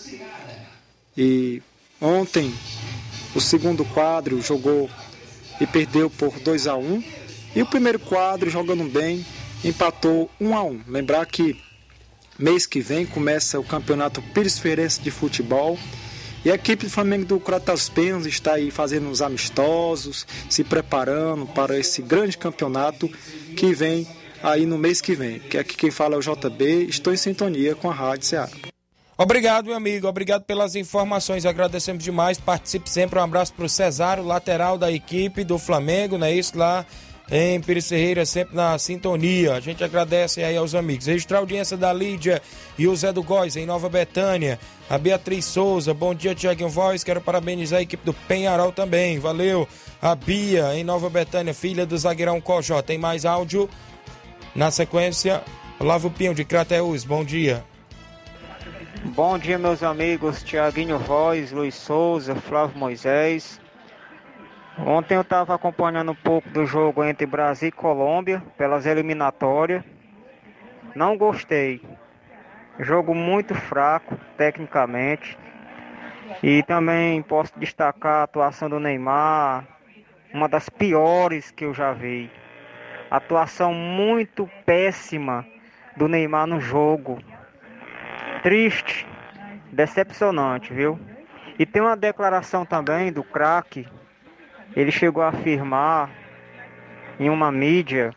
E ontem o segundo quadro jogou e perdeu por dois a um. E o primeiro quadro, jogando bem, empatou um a um. Lembrar que mês que vem começa o Campeonato Pires Ferreirense de Futebol e a equipe do Flamengo do Croatá dos Penhos está aí fazendo uns amistosos, se preparando para esse grande campeonato que vem aí no mês que vem. Que aqui quem fala é o J B, estou em sintonia com a Rádio Ceará. Obrigado, meu amigo, obrigado pelas informações, agradecemos demais, participe sempre, um abraço para o Cesário, lateral da equipe do Flamengo, não é isso, lá em Pires Ferreira, sempre na sintonia. A gente agradece aí aos amigos. Registrar a audiência da Lídia e o Zé do Góis em Nova Betânia. A Beatriz Souza, bom dia, Thiaguinho Voz. Quero parabenizar a equipe do Penharol também. Valeu. A Bia em Nova Betânia, filha do zagueirão Cojó. Tem mais áudio? Na sequência, Olavo Pinho de Crateús. Bom dia. Bom dia, meus amigos. Thiaguinho Voz, Luiz Souza, Flávio Moisés. Ontem eu estava acompanhando um pouco do jogo entre Brasil e Colômbia, pelas eliminatórias. Não gostei. Jogo muito fraco, tecnicamente. E também posso destacar a atuação do Neymar, uma das piores que eu já vi. Atuação muito péssima do Neymar no jogo. Triste, decepcionante, viu? E tem uma declaração também do craque. Ele chegou a afirmar em uma mídia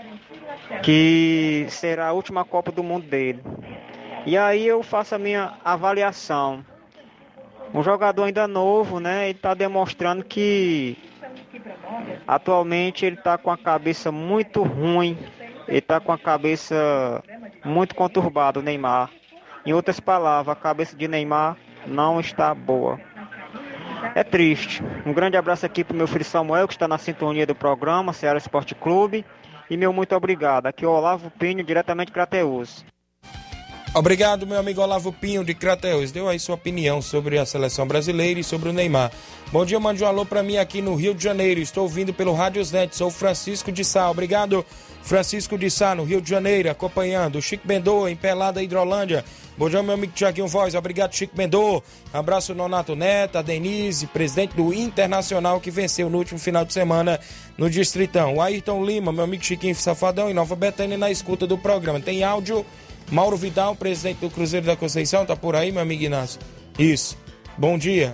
que será a última Copa do Mundo dele. E aí eu faço a minha avaliação. Um jogador ainda novo, né? Ele está demonstrando que atualmente ele está com a cabeça muito ruim. Ele está com a cabeça muito conturbada, o Neymar. Em outras palavras, a cabeça de Neymar não está boa. É triste. Um grande abraço aqui para o meu filho Samuel, que está na sintonia do programa Ceará Esporte Clube. E meu muito obrigado. Aqui é o Olavo Pinho, diretamente de Crateús. Obrigado, meu amigo Olavo Pinho de Crateús. Deu aí sua opinião sobre a seleção brasileira e sobre o Neymar. Bom dia, mande um alô para mim aqui no Rio de Janeiro. Estou ouvindo pelo Rádiosnet. Sou Francisco de Sá. Obrigado, Francisco de Sá, no Rio de Janeiro, acompanhando. Chico Bendô, em Pelada, Hidrolândia. Bom dia, meu amigo Thiaguinho Voz. Obrigado, Chico Bendô. Abraço, Nonato Neto, a Denise, presidente do Internacional, que venceu no último final de semana no Distritão. O Ayrton Lima, meu amigo Chiquinho Safadão, em Nova Betânia, na escuta do programa. Tem áudio. Mauro Vidal, presidente do Cruzeiro da Conceição, tá por aí, meu amigo Inácio? Isso. Bom dia.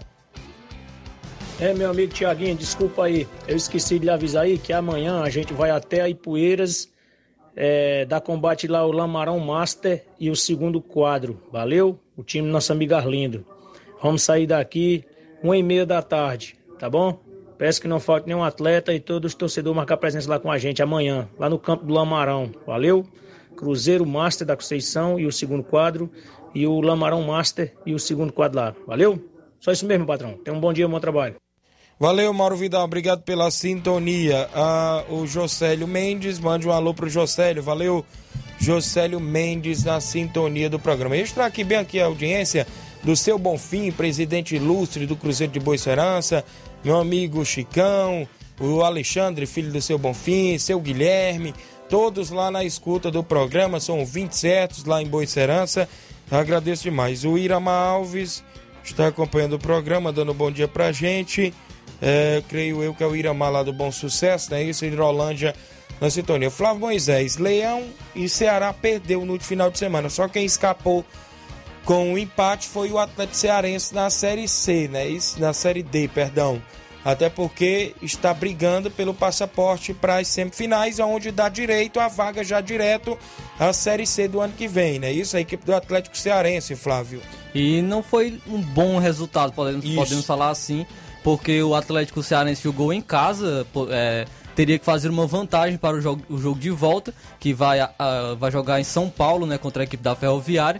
É, meu amigo Thiaguinho, desculpa aí. Eu esqueci de lhe avisar aí que amanhã a gente vai até Ipueiras, é, dar combate lá o Lamarão Master e o segundo quadro. Valeu? O time do nosso amigo Arlindo. Vamos sair daqui uma e meia da tarde, tá bom? Peço que não falte nenhum atleta e todos os torcedores marcar presença lá com a gente amanhã, lá no campo do Lamarão. Valeu? Cruzeiro Master da Conceição e o segundo quadro, e o Lamarão Master e o segundo quadro lá. Valeu? Só isso mesmo, patrão. Tenha um bom dia, um bom trabalho. Valeu, Mauro Vidal. Obrigado pela sintonia. Ah, o Josélio Mendes, mande um alô pro Josélio. Valeu, Josélio Mendes, na sintonia do programa. Registrar aqui bem aqui a audiência do Seu Bonfim, presidente ilustre do Cruzeiro de Boa Esperança, meu amigo Chicão, o Alexandre, filho do Seu Bonfim, Seu Guilherme, todos lá na escuta do programa, são vinte certos lá em Boicerança. Agradeço demais. O Irama Alves está acompanhando o programa, dando um bom dia pra gente. É, creio eu que é o Irama lá do Bom Sucesso, né? Isso, Hidrolândia na sintonia. Flávio Moisés, Leão e Ceará perdeu no final de semana. Só quem escapou com o empate foi o Atlético Cearense na Série C, né? Isso, na Série D, perdão. Até porque está brigando pelo passaporte para as semifinais, onde dá direito a vaga já direto à Série C do ano que vem, né? Isso, a equipe do Atlético Cearense, Flávio. E não foi um bom resultado, podemos, podemos falar assim, porque o Atlético Cearense jogou em casa, é, teria que fazer uma vantagem para o jogo, o jogo de volta, que vai, a, vai jogar em São Paulo, né, contra a equipe da Ferroviária,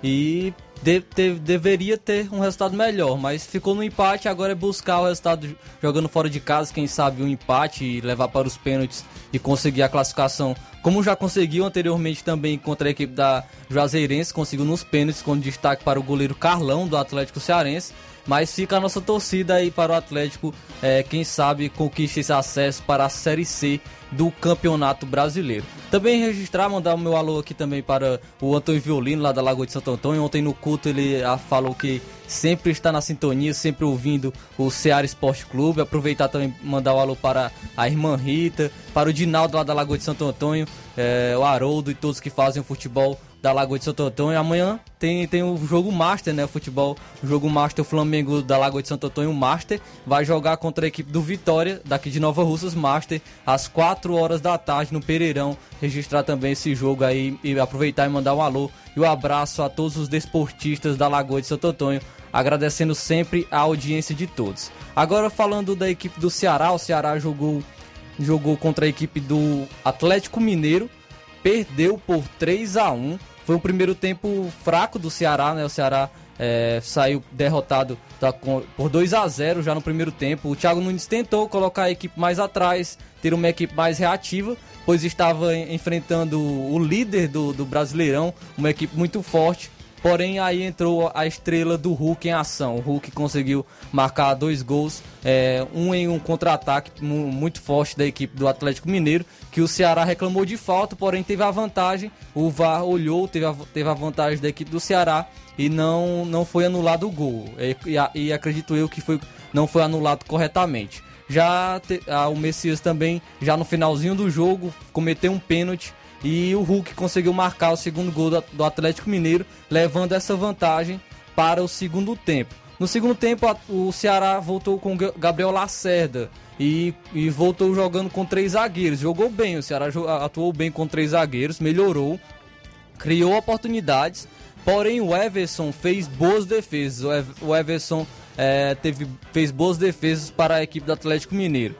e de, de, deveria ter um resultado melhor, mas ficou no empate. Agora é buscar o resultado jogando fora de casa, quem sabe um empate e levar para os pênaltis e conseguir a classificação, como já conseguiu anteriormente também contra a equipe da Juazeirense, conseguiu nos pênaltis, com destaque para o goleiro Carlão do Atlético Cearense. Mas fica a nossa torcida aí para o Atlético, é, quem sabe conquiste esse acesso para a Série C do Campeonato Brasileiro. Também registrar, mandar o meu alô aqui também para o Antônio Violino, lá da Lagoa de Santo Antônio. Ontem no culto ele falou que sempre está na sintonia, sempre ouvindo o Ceará Esporte Clube. Aproveitar também mandar o alô para a irmã Rita, para o Dinaldo lá da Lagoa de Santo Antônio, é, o Haroldo e todos que fazem o futebol da Lagoa de Santo Antônio. Amanhã tem, tem o jogo Master, né? O futebol, o jogo Master, o Flamengo da Lagoa de Santo Antônio, o Master, vai jogar contra a equipe do Vitória, daqui de Nova Russas, Master, às quatro horas da tarde no Pereirão. Registrar também esse jogo aí e aproveitar e mandar um alô e um abraço a todos os desportistas da Lagoa de Santo Antônio, agradecendo sempre a audiência de todos. Agora falando da equipe do Ceará, o Ceará jogou, jogou contra a equipe do Atlético Mineiro, perdeu por três a um. Foi um primeiro tempo fraco do Ceará, né? O Ceará é, saiu derrotado tá, com, por dois a zero já no primeiro tempo. O Thiago Nunes tentou colocar a equipe mais atrás, ter uma equipe mais reativa, pois estava enfrentando o líder do, do Brasileirão, uma equipe muito forte. Porém, aí entrou a estrela do Hulk em ação. O Hulk conseguiu marcar dois gols, é, um em um contra-ataque muito forte da equipe do Atlético Mineiro, que o Ceará reclamou de falta, porém teve a vantagem. O V A R olhou, teve a, teve a vantagem da equipe do Ceará e não, não foi anulado o gol. E, e, e acredito eu que foi, não foi anulado corretamente. Já te, a, o Messias também, já no finalzinho do jogo, cometeu um pênalti, e o Hulk conseguiu marcar o segundo gol do Atlético Mineiro, levando essa vantagem para o segundo tempo. No segundo tempo, o Ceará voltou com o Gabriel Lacerda e, e voltou jogando com três zagueiros. Jogou bem, o Ceará atuou bem com três zagueiros, melhorou, criou oportunidades, porém o Everson fez boas defesas. O Everson é, teve, fez boas defesas para a equipe do Atlético Mineiro.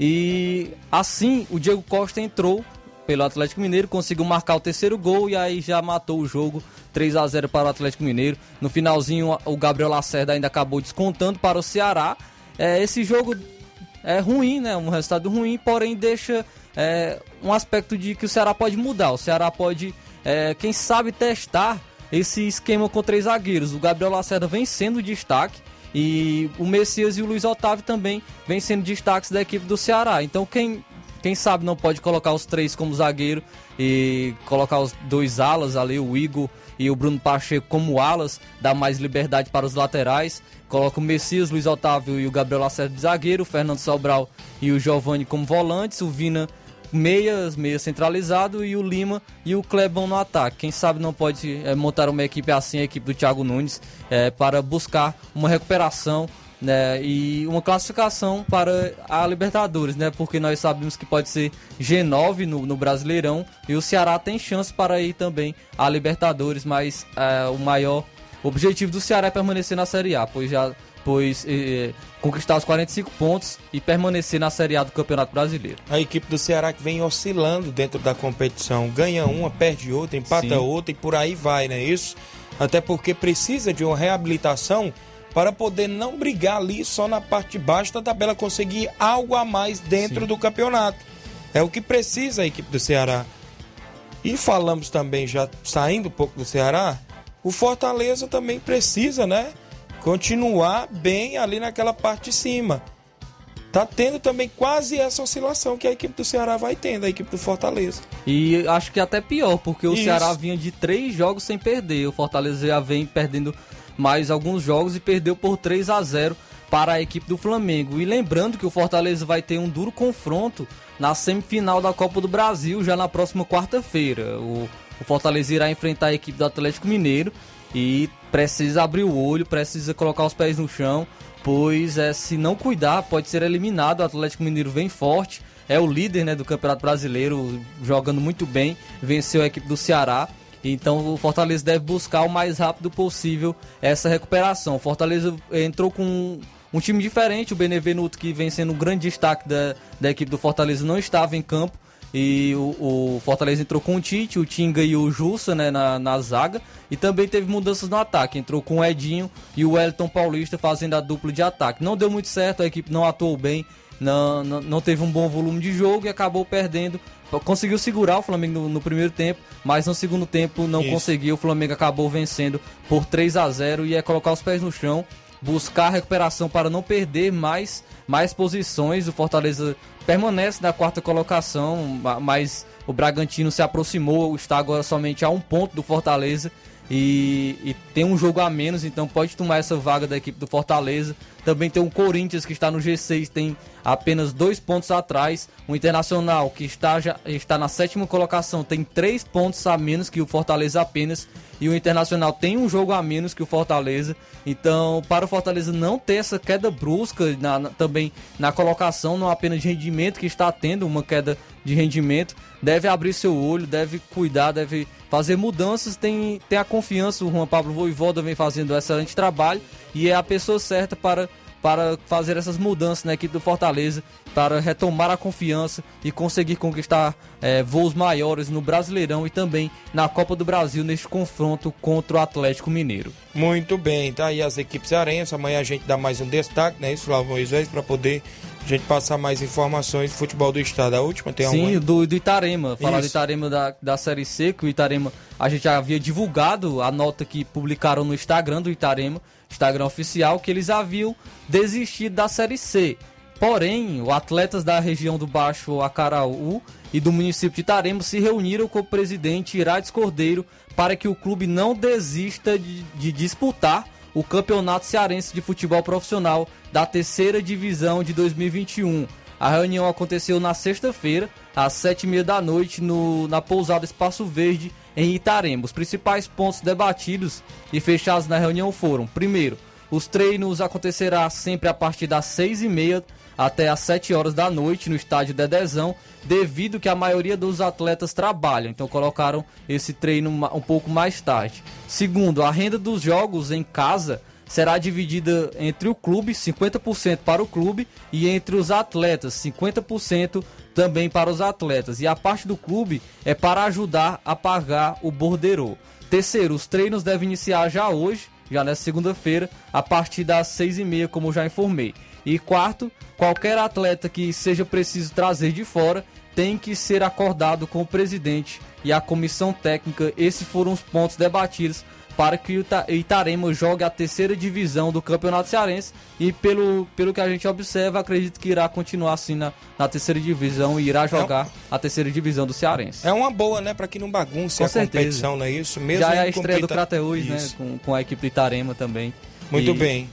E assim, o Diego Costa entrou pelo Atlético Mineiro, conseguiu marcar o terceiro gol e aí já matou o jogo, três a zero para o Atlético Mineiro. No finalzinho, o Gabriel Lacerda ainda acabou descontando para o Ceará. É, esse jogo é ruim, né? Um resultado ruim, porém deixa é, um aspecto de que o Ceará pode mudar. O Ceará pode, é, quem sabe, testar esse esquema com três zagueiros. O Gabriel Lacerda vem sendo destaque e o Messias e o Luiz Otávio também vem sendo destaques da equipe do Ceará. Então quem... Quem sabe não pode colocar os três como zagueiro e colocar os dois alas ali, o Igor e o Bruno Pacheco como alas, dá mais liberdade para os laterais. Coloca o Messias, Luiz Otávio e o Gabriel Lacerda de zagueiro, o Fernando Sobral e o Giovani como volantes, o Vina meias, meia centralizado e o Lima e o Clebão no ataque. Quem sabe não pode é, montar uma equipe assim, a equipe do Thiago Nunes, é, para buscar uma recuperação, né, e uma classificação para a Libertadores, né, porque nós sabemos que pode ser G nove no, no Brasileirão e o Ceará tem chance para ir também à Libertadores, mas é, o maior objetivo do Ceará é permanecer na Série A, pois já pois eh, conquistar os quarenta e cinco pontos e permanecer na Série A do Campeonato Brasileiro. A equipe do Ceará que vem oscilando dentro da competição, ganha uma, perde outra, empata Sim. outra e por aí vai, não é isso? Até porque precisa de uma reabilitação para poder não brigar ali só na parte de baixo da tabela, conseguir algo a mais dentro Sim. do campeonato. É o que precisa a equipe do Ceará. E falamos também, já saindo um pouco do Ceará, o Fortaleza também precisa, né, continuar bem ali naquela parte de cima. tá tendo também quase essa oscilação que a equipe do Ceará vai tendo, a equipe do Fortaleza. E acho que até pior, porque o Isso. Ceará vinha de três jogos sem perder. O Fortaleza já vem perdendo mais alguns jogos e perdeu por três a zero para a equipe do Flamengo. E lembrando que o Fortaleza vai ter um duro confronto na semifinal da Copa do Brasil já na próxima quarta-feira. O, o Fortaleza irá enfrentar a equipe do Atlético Mineiro e precisa abrir o olho, precisa colocar os pés no chão, pois é, se não cuidar pode ser eliminado. O Atlético Mineiro vem forte, é o líder, né, do Campeonato Brasileiro, jogando muito bem, venceu a equipe do Ceará. Então o Fortaleza deve buscar o mais rápido possível essa recuperação. O Fortaleza entrou com um time diferente, o Benevenuto, que vem sendo um grande destaque da, da equipe do Fortaleza, não estava em campo. E o, o Fortaleza entrou com o Tite, o Tinga e o Jussa, né, na, na zaga. E também teve mudanças no ataque, entrou com o Edinho e o Wellington Paulista fazendo a dupla de ataque. Não deu muito certo, a equipe não atuou bem, não, não, não teve um bom volume de jogo e acabou perdendo. Conseguiu segurar o Flamengo no, no primeiro tempo, mas no segundo tempo não Isso. conseguiu. O Flamengo acabou vencendo por três a zero e é colocar os pés no chão, buscar a recuperação para não perder mais, mais posições. O Fortaleza permanece na quarta colocação, mas o Bragantino se aproximou, está agora somente a um ponto do Fortaleza e, e tem um jogo a menos, então pode tomar essa vaga da equipe do Fortaleza. Também tem o Corinthians, que está no G seis, tem apenas dois pontos atrás. O Internacional, que está, já, está na sétima colocação, tem três pontos a menos que o Fortaleza apenas. E o Internacional tem um jogo a menos que o Fortaleza. Então, para o Fortaleza não ter essa queda brusca na, na, também na colocação, não apenas de rendimento, que está tendo uma queda de rendimento, deve abrir seu olho, deve cuidar, deve fazer mudanças. Tem, tem a confiança, o Juan Pablo Vojvoda vem fazendo um excelente trabalho e é a pessoa certa para, para fazer essas mudanças na equipe do Fortaleza, para retomar a confiança e conseguir conquistar é, voos maiores no Brasileirão e também na Copa do Brasil neste confronto contra o Atlético Mineiro. Muito bem, tá aí as equipes cearenses. Amanhã a gente dá mais um destaque, né, isso, Flávio Moisés, para poder a gente passar mais informações do futebol do estado. A última tem Sim, alguma? do, do Itarema, falar Isso. do Itarema da, da Série C, que o Itarema, a gente já havia divulgado a nota que publicaram no Instagram do Itarema, Instagram oficial, que eles haviam desistido da Série C. Porém, os atletas da região do Baixo Acaraú e do município de Itarema se reuniram com o presidente Irades Cordeiro para que o clube não desista de, de disputar o Campeonato Cearense de Futebol Profissional da terceira divisão de dois mil e vinte e um. A reunião aconteceu na sexta-feira, às sete e meia da noite, no, na pousada Espaço Verde, em Itarema. Os principais pontos debatidos e fechados na reunião foram: primeiro, os treinos acontecerão sempre a partir das seis e meia até às sete horas da noite no estádio Dedezão, devido que a maioria dos atletas trabalham, então colocaram esse treino um pouco mais tarde. Segundo, a renda dos jogos em casa será dividida entre o clube, cinquenta por cento para o clube, e entre os atletas, cinquenta por cento também para os atletas. E a parte do clube é para ajudar a pagar o borderô. Terceiro, os treinos devem iniciar já hoje, já nessa segunda-feira, a partir das seis e meia, como já informei. E quarto, qualquer atleta que seja preciso trazer de fora tem que ser acordado com o presidente e a comissão técnica. Esses foram os pontos debatidos para que o Itarema jogue a terceira divisão do Campeonato Cearense e pelo, pelo que a gente observa, acredito que irá continuar assim na, na terceira divisão e irá jogar é, a terceira divisão do Cearense. É uma boa, né, para que não bagunce com a certeza. Competição, não é isso? Mesmo já é a estreia compita... do Crateús, né, com, com a equipe do Itarema também. Muito e... bem.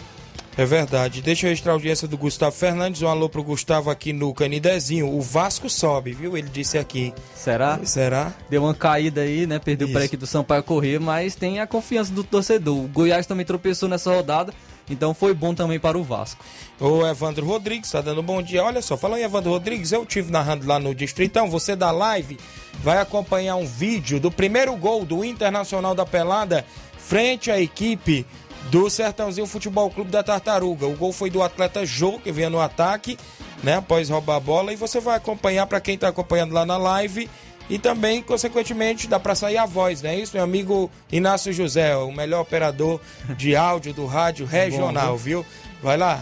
É verdade. Deixa eu registrar a audiência do Gustavo Fernandes. Um alô pro Gustavo aqui no Canidezinho. O Vasco sobe, viu? Ele disse aqui. Será? Será? Deu uma caída aí, né? Perdeu para a equipe do Sampaio Corrêa, mas tem a confiança do torcedor. O Goiás também tropeçou nessa rodada, então foi bom também para o Vasco. O Evandro Rodrigues tá dando um bom dia. Olha só, falando em Evandro Rodrigues, eu tive narrando lá no Distritão. Você da live vai acompanhar um vídeo do primeiro gol do Internacional da Pelada frente à equipe do Sertãozinho Futebol Clube da Tartaruga. O gol foi do atleta Jô, que vinha no ataque, né, após roubar a bola, e você vai acompanhar, para quem está acompanhando lá na live, e também, consequentemente, dá para sair a voz, não é isso? Meu amigo Inácio José, o melhor operador de áudio do rádio regional, bom, viu? Vai lá.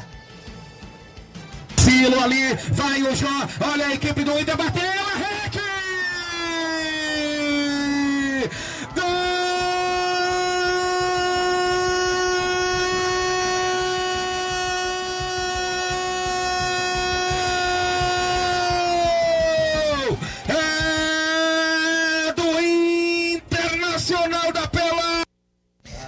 Silo ali, vai o Jô, olha a equipe do Inter, bateu a rede! Gol!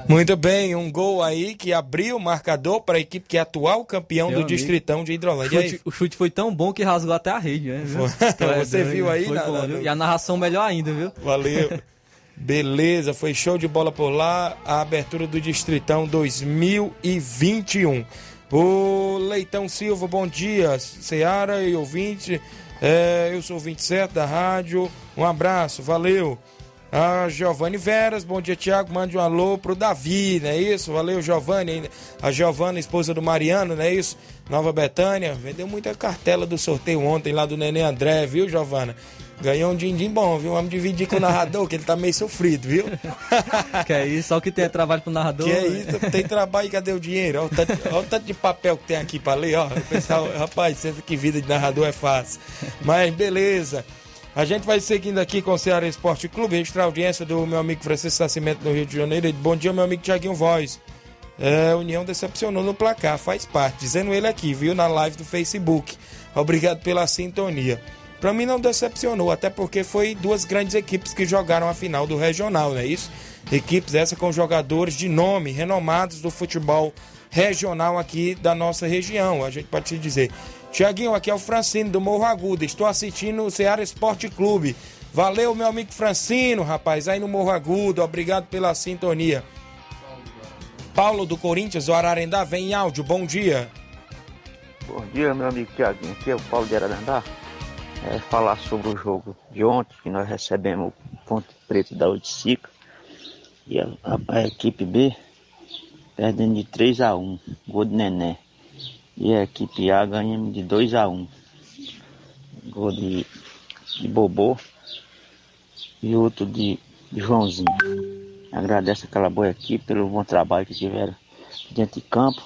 Muito bem, um gol aí que abriu o marcador para a equipe que é atual campeão Meu do amigo. Distritão de Hidrolândia. O chute, o chute foi tão bom que rasgou até a rede, né? Viu? Então, você viu aí? Foi Na, bom, na, viu? no... E a narração melhor ainda, viu? Valeu. Beleza, foi show de bola por lá. A abertura do Distritão dois mil e vinte e um. O Leitão Silva, bom dia. Seara e ouvinte. É, eu sou o ouvinte certo da rádio. Um abraço, valeu. A Giovanni Veras, bom dia, Tiago. Mande um alô pro Davi, não é isso? Valeu, Giovanni. A Giovana, esposa do Mariano, não é isso? Nova Betânia. Vendeu muita cartela do sorteio ontem lá do Nenê André, viu, Giovana? Ganhou um din-din bom, viu? Vamos dividir com o narrador, que ele tá meio sofrido, viu? Que é isso, só que tem trabalho pro narrador. Que é isso, tem trabalho e cadê o dinheiro? Olha o tanto, olha o tanto de papel que tem aqui pra ler, ó. O pessoal, rapaz, senta que vida de narrador é fácil. Mas beleza. A gente vai seguindo aqui com o Ceará Esporte Clube, registrar a audiência do meu amigo Francisco Nascimento no Rio de Janeiro. Bom dia, meu amigo Tiaguinho Voz. É, a União decepcionou no placar, faz parte. Dizendo ele aqui, viu, na live do Facebook. Obrigado pela sintonia. Pra mim não decepcionou, até porque foi duas grandes equipes que jogaram a final do regional, não é isso? Equipes essa com jogadores de nome, renomados do futebol regional aqui da nossa região, a gente pode te dizer. Tiaguinho, aqui é o Francino do Morro Agudo, estou assistindo o Ceará Esporte Clube. Valeu, meu amigo Francino, rapaz, aí no Morro Agudo, obrigado pela sintonia. Paulo do Corinthians, do Ararendá, vem em áudio, bom dia. Bom dia, meu amigo Tiaguinho, aqui é o Paulo de Ararendá. É falar sobre o jogo de ontem, que nós recebemos o Ponte Preta da Oiticica e a, a, a equipe B perdendo de três a um, gol de Nené, e a equipe A ganhando de dois a um, gol de, de Bobô e outro de, de Joãozinho. Agradeço aquela boa equipe pelo bom trabalho que tiveram dentro de campo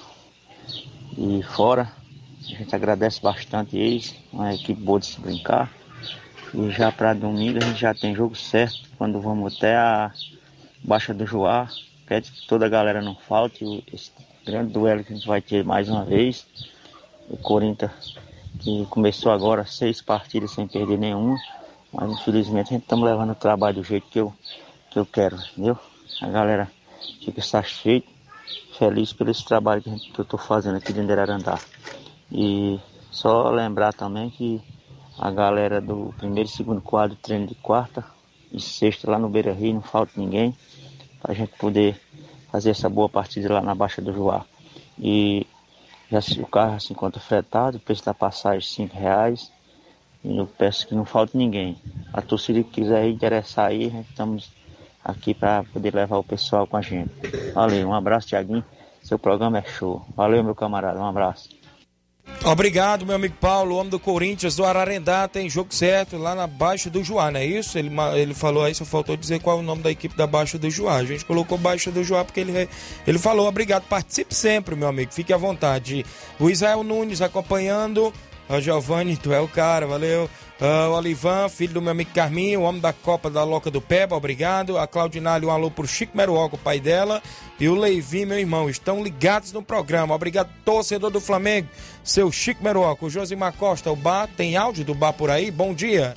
e fora. A gente agradece bastante eles, uma equipe boa de se brincar. E já para domingo a gente já tem jogo certo, quando vamos até a Baixa do Juá. Quero que toda a galera não falte, esse grande duelo que a gente vai ter mais uma vez. O Corinthians, que começou agora seis partidas sem perder nenhuma, mas infelizmente a gente estamos levando o trabalho do jeito que eu, que eu quero, entendeu? A galera fica satisfeita, feliz pelo esse trabalho que, gente, que eu estou fazendo aqui dentro de Ararendá. E só lembrar também que a galera do primeiro e segundo quadro, treino de quarta e sexta lá no Beira Rio, não falta ninguém, para a gente poder fazer essa boa partida lá na Baixa do Juá. E já, o carro se encontra fretado, o preço da passagem cinco reais, e eu peço que não falte ninguém. A torcida que quiser interessar aí, a gente estamos aqui para poder levar o pessoal com a gente. Valeu, um abraço, Tiaguinho, seu programa é show. Valeu, meu camarada, um abraço. Obrigado, meu amigo Paulo, homem do Corinthians, do Ararendá, tem jogo certo lá na Baixa do Juá, não é isso? Ele, ele falou aí, só faltou dizer qual é o nome da equipe da Baixa do Juá. A gente colocou Baixa do Juá porque ele, ele falou, obrigado, participe sempre, meu amigo, fique à vontade. O Israel Nunes acompanhando, a Giovanni, tu é o cara, valeu. Uh, o Olivan, filho do meu amigo Carminho, o homem da Copa da Loca do Peba, obrigado. A Claudinalha, um alô pro Chico Meruoca, o pai dela. E o Leivi, meu irmão, estão ligados no programa. Obrigado, torcedor do Flamengo, seu Chico Meruoca. O Josimar Costa, o bar, tem áudio do bar por aí? Bom dia.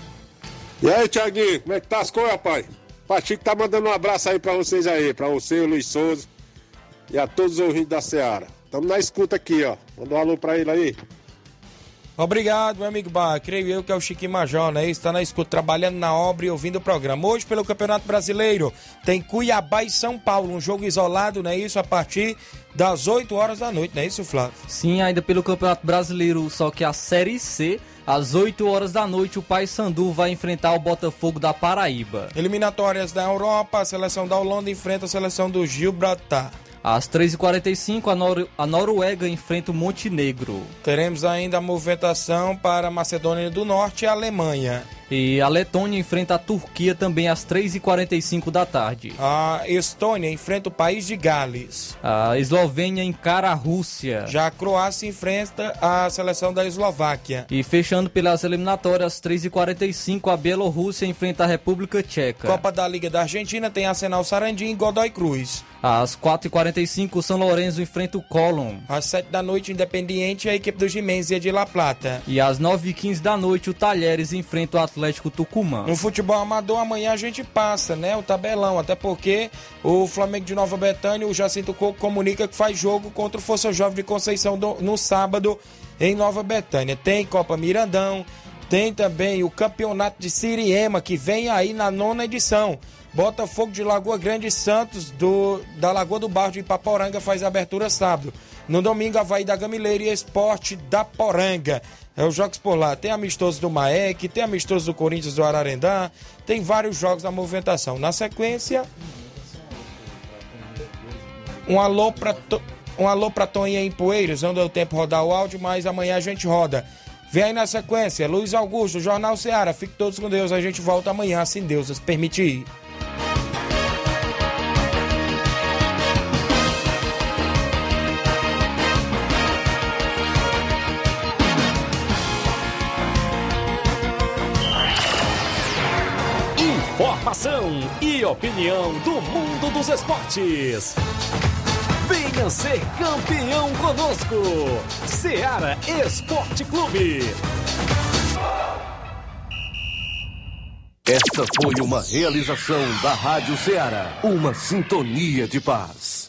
E aí, Tiaguinho, como é que tá as coisas, rapaz? Pachico tá mandando um abraço aí pra vocês aí, pra você, o Luiz Souza e a todos os ouvintes da Seara. Tamo na escuta aqui, ó. Manda um alô pra ele aí. Obrigado, meu amigo Bar. Creio eu que é o Chiquinho Major, né? Está na escuta, trabalhando na obra e ouvindo o programa. Hoje, pelo Campeonato Brasileiro, tem Cuiabá e São Paulo, um jogo isolado, não é isso? A partir das oito horas da noite, não é isso, Flávio? Sim, ainda pelo Campeonato Brasileiro, só que a Série C, às oito horas da noite, o Paysandu vai enfrentar o Botafogo da Paraíba. Eliminatórias da Europa, a seleção da Holanda enfrenta a seleção do Gibraltar. Às três e quarenta e cinco, a, Nor- a Noruega enfrenta o Montenegro. Teremos ainda a movimentação para a Macedônia do Norte e a Alemanha. E a Letônia enfrenta a Turquia também às três e quarenta e cinco da tarde. A Estônia enfrenta o país de Gales. A Eslovênia encara a Rússia. Já a Croácia enfrenta a seleção da Eslováquia. E fechando pelas eliminatórias, às três e quarenta e cinco, a Bielorrússia enfrenta a República Tcheca. Copa da Liga da Argentina tem Arsenal Sarandí e Godoy Cruz. Às quatro e quarenta e cinco, o São Lourenço enfrenta o Colón. Às sete da noite, Independiente e a equipe do Jiménez e de La Plata. E às nove e quinze da noite, o Talheres enfrenta o Atlético Atlético Tucumã. No futebol amador, amanhã a gente passa, né, o tabelão, até porque o Flamengo de Nova Betânia, o Jacinto Coco comunica que faz jogo contra o Força Jovem de Conceição do, no sábado em Nova Betânia. Tem Copa Mirandão, tem também o Campeonato de Siriema, que vem aí na nona edição. Botafogo de Lagoa Grande e Santos do, da Lagoa do Barro de Ipaporanga faz a abertura sábado. No domingo, Avaí da Gamileira e Esporte da Poranga. É os jogos por lá. Tem amistoso do Maek, tem amistoso do Corinthians do Ararendá, tem vários jogos na movimentação. Na sequência, um alô para to, um alô pra Toninha em Poeiras. Não deu tempo de rodar o áudio, mas amanhã a gente roda. Vem aí na sequência, Luiz Augusto, Jornal Ceará. Fique todos com Deus, a gente volta amanhã, se Deus nos permitir. Informação e opinião do mundo dos esportes. Venha ser campeão conosco. Ceará Esporte Clube. Esta foi uma realização da Rádio Ceará. Uma sintonia de paz.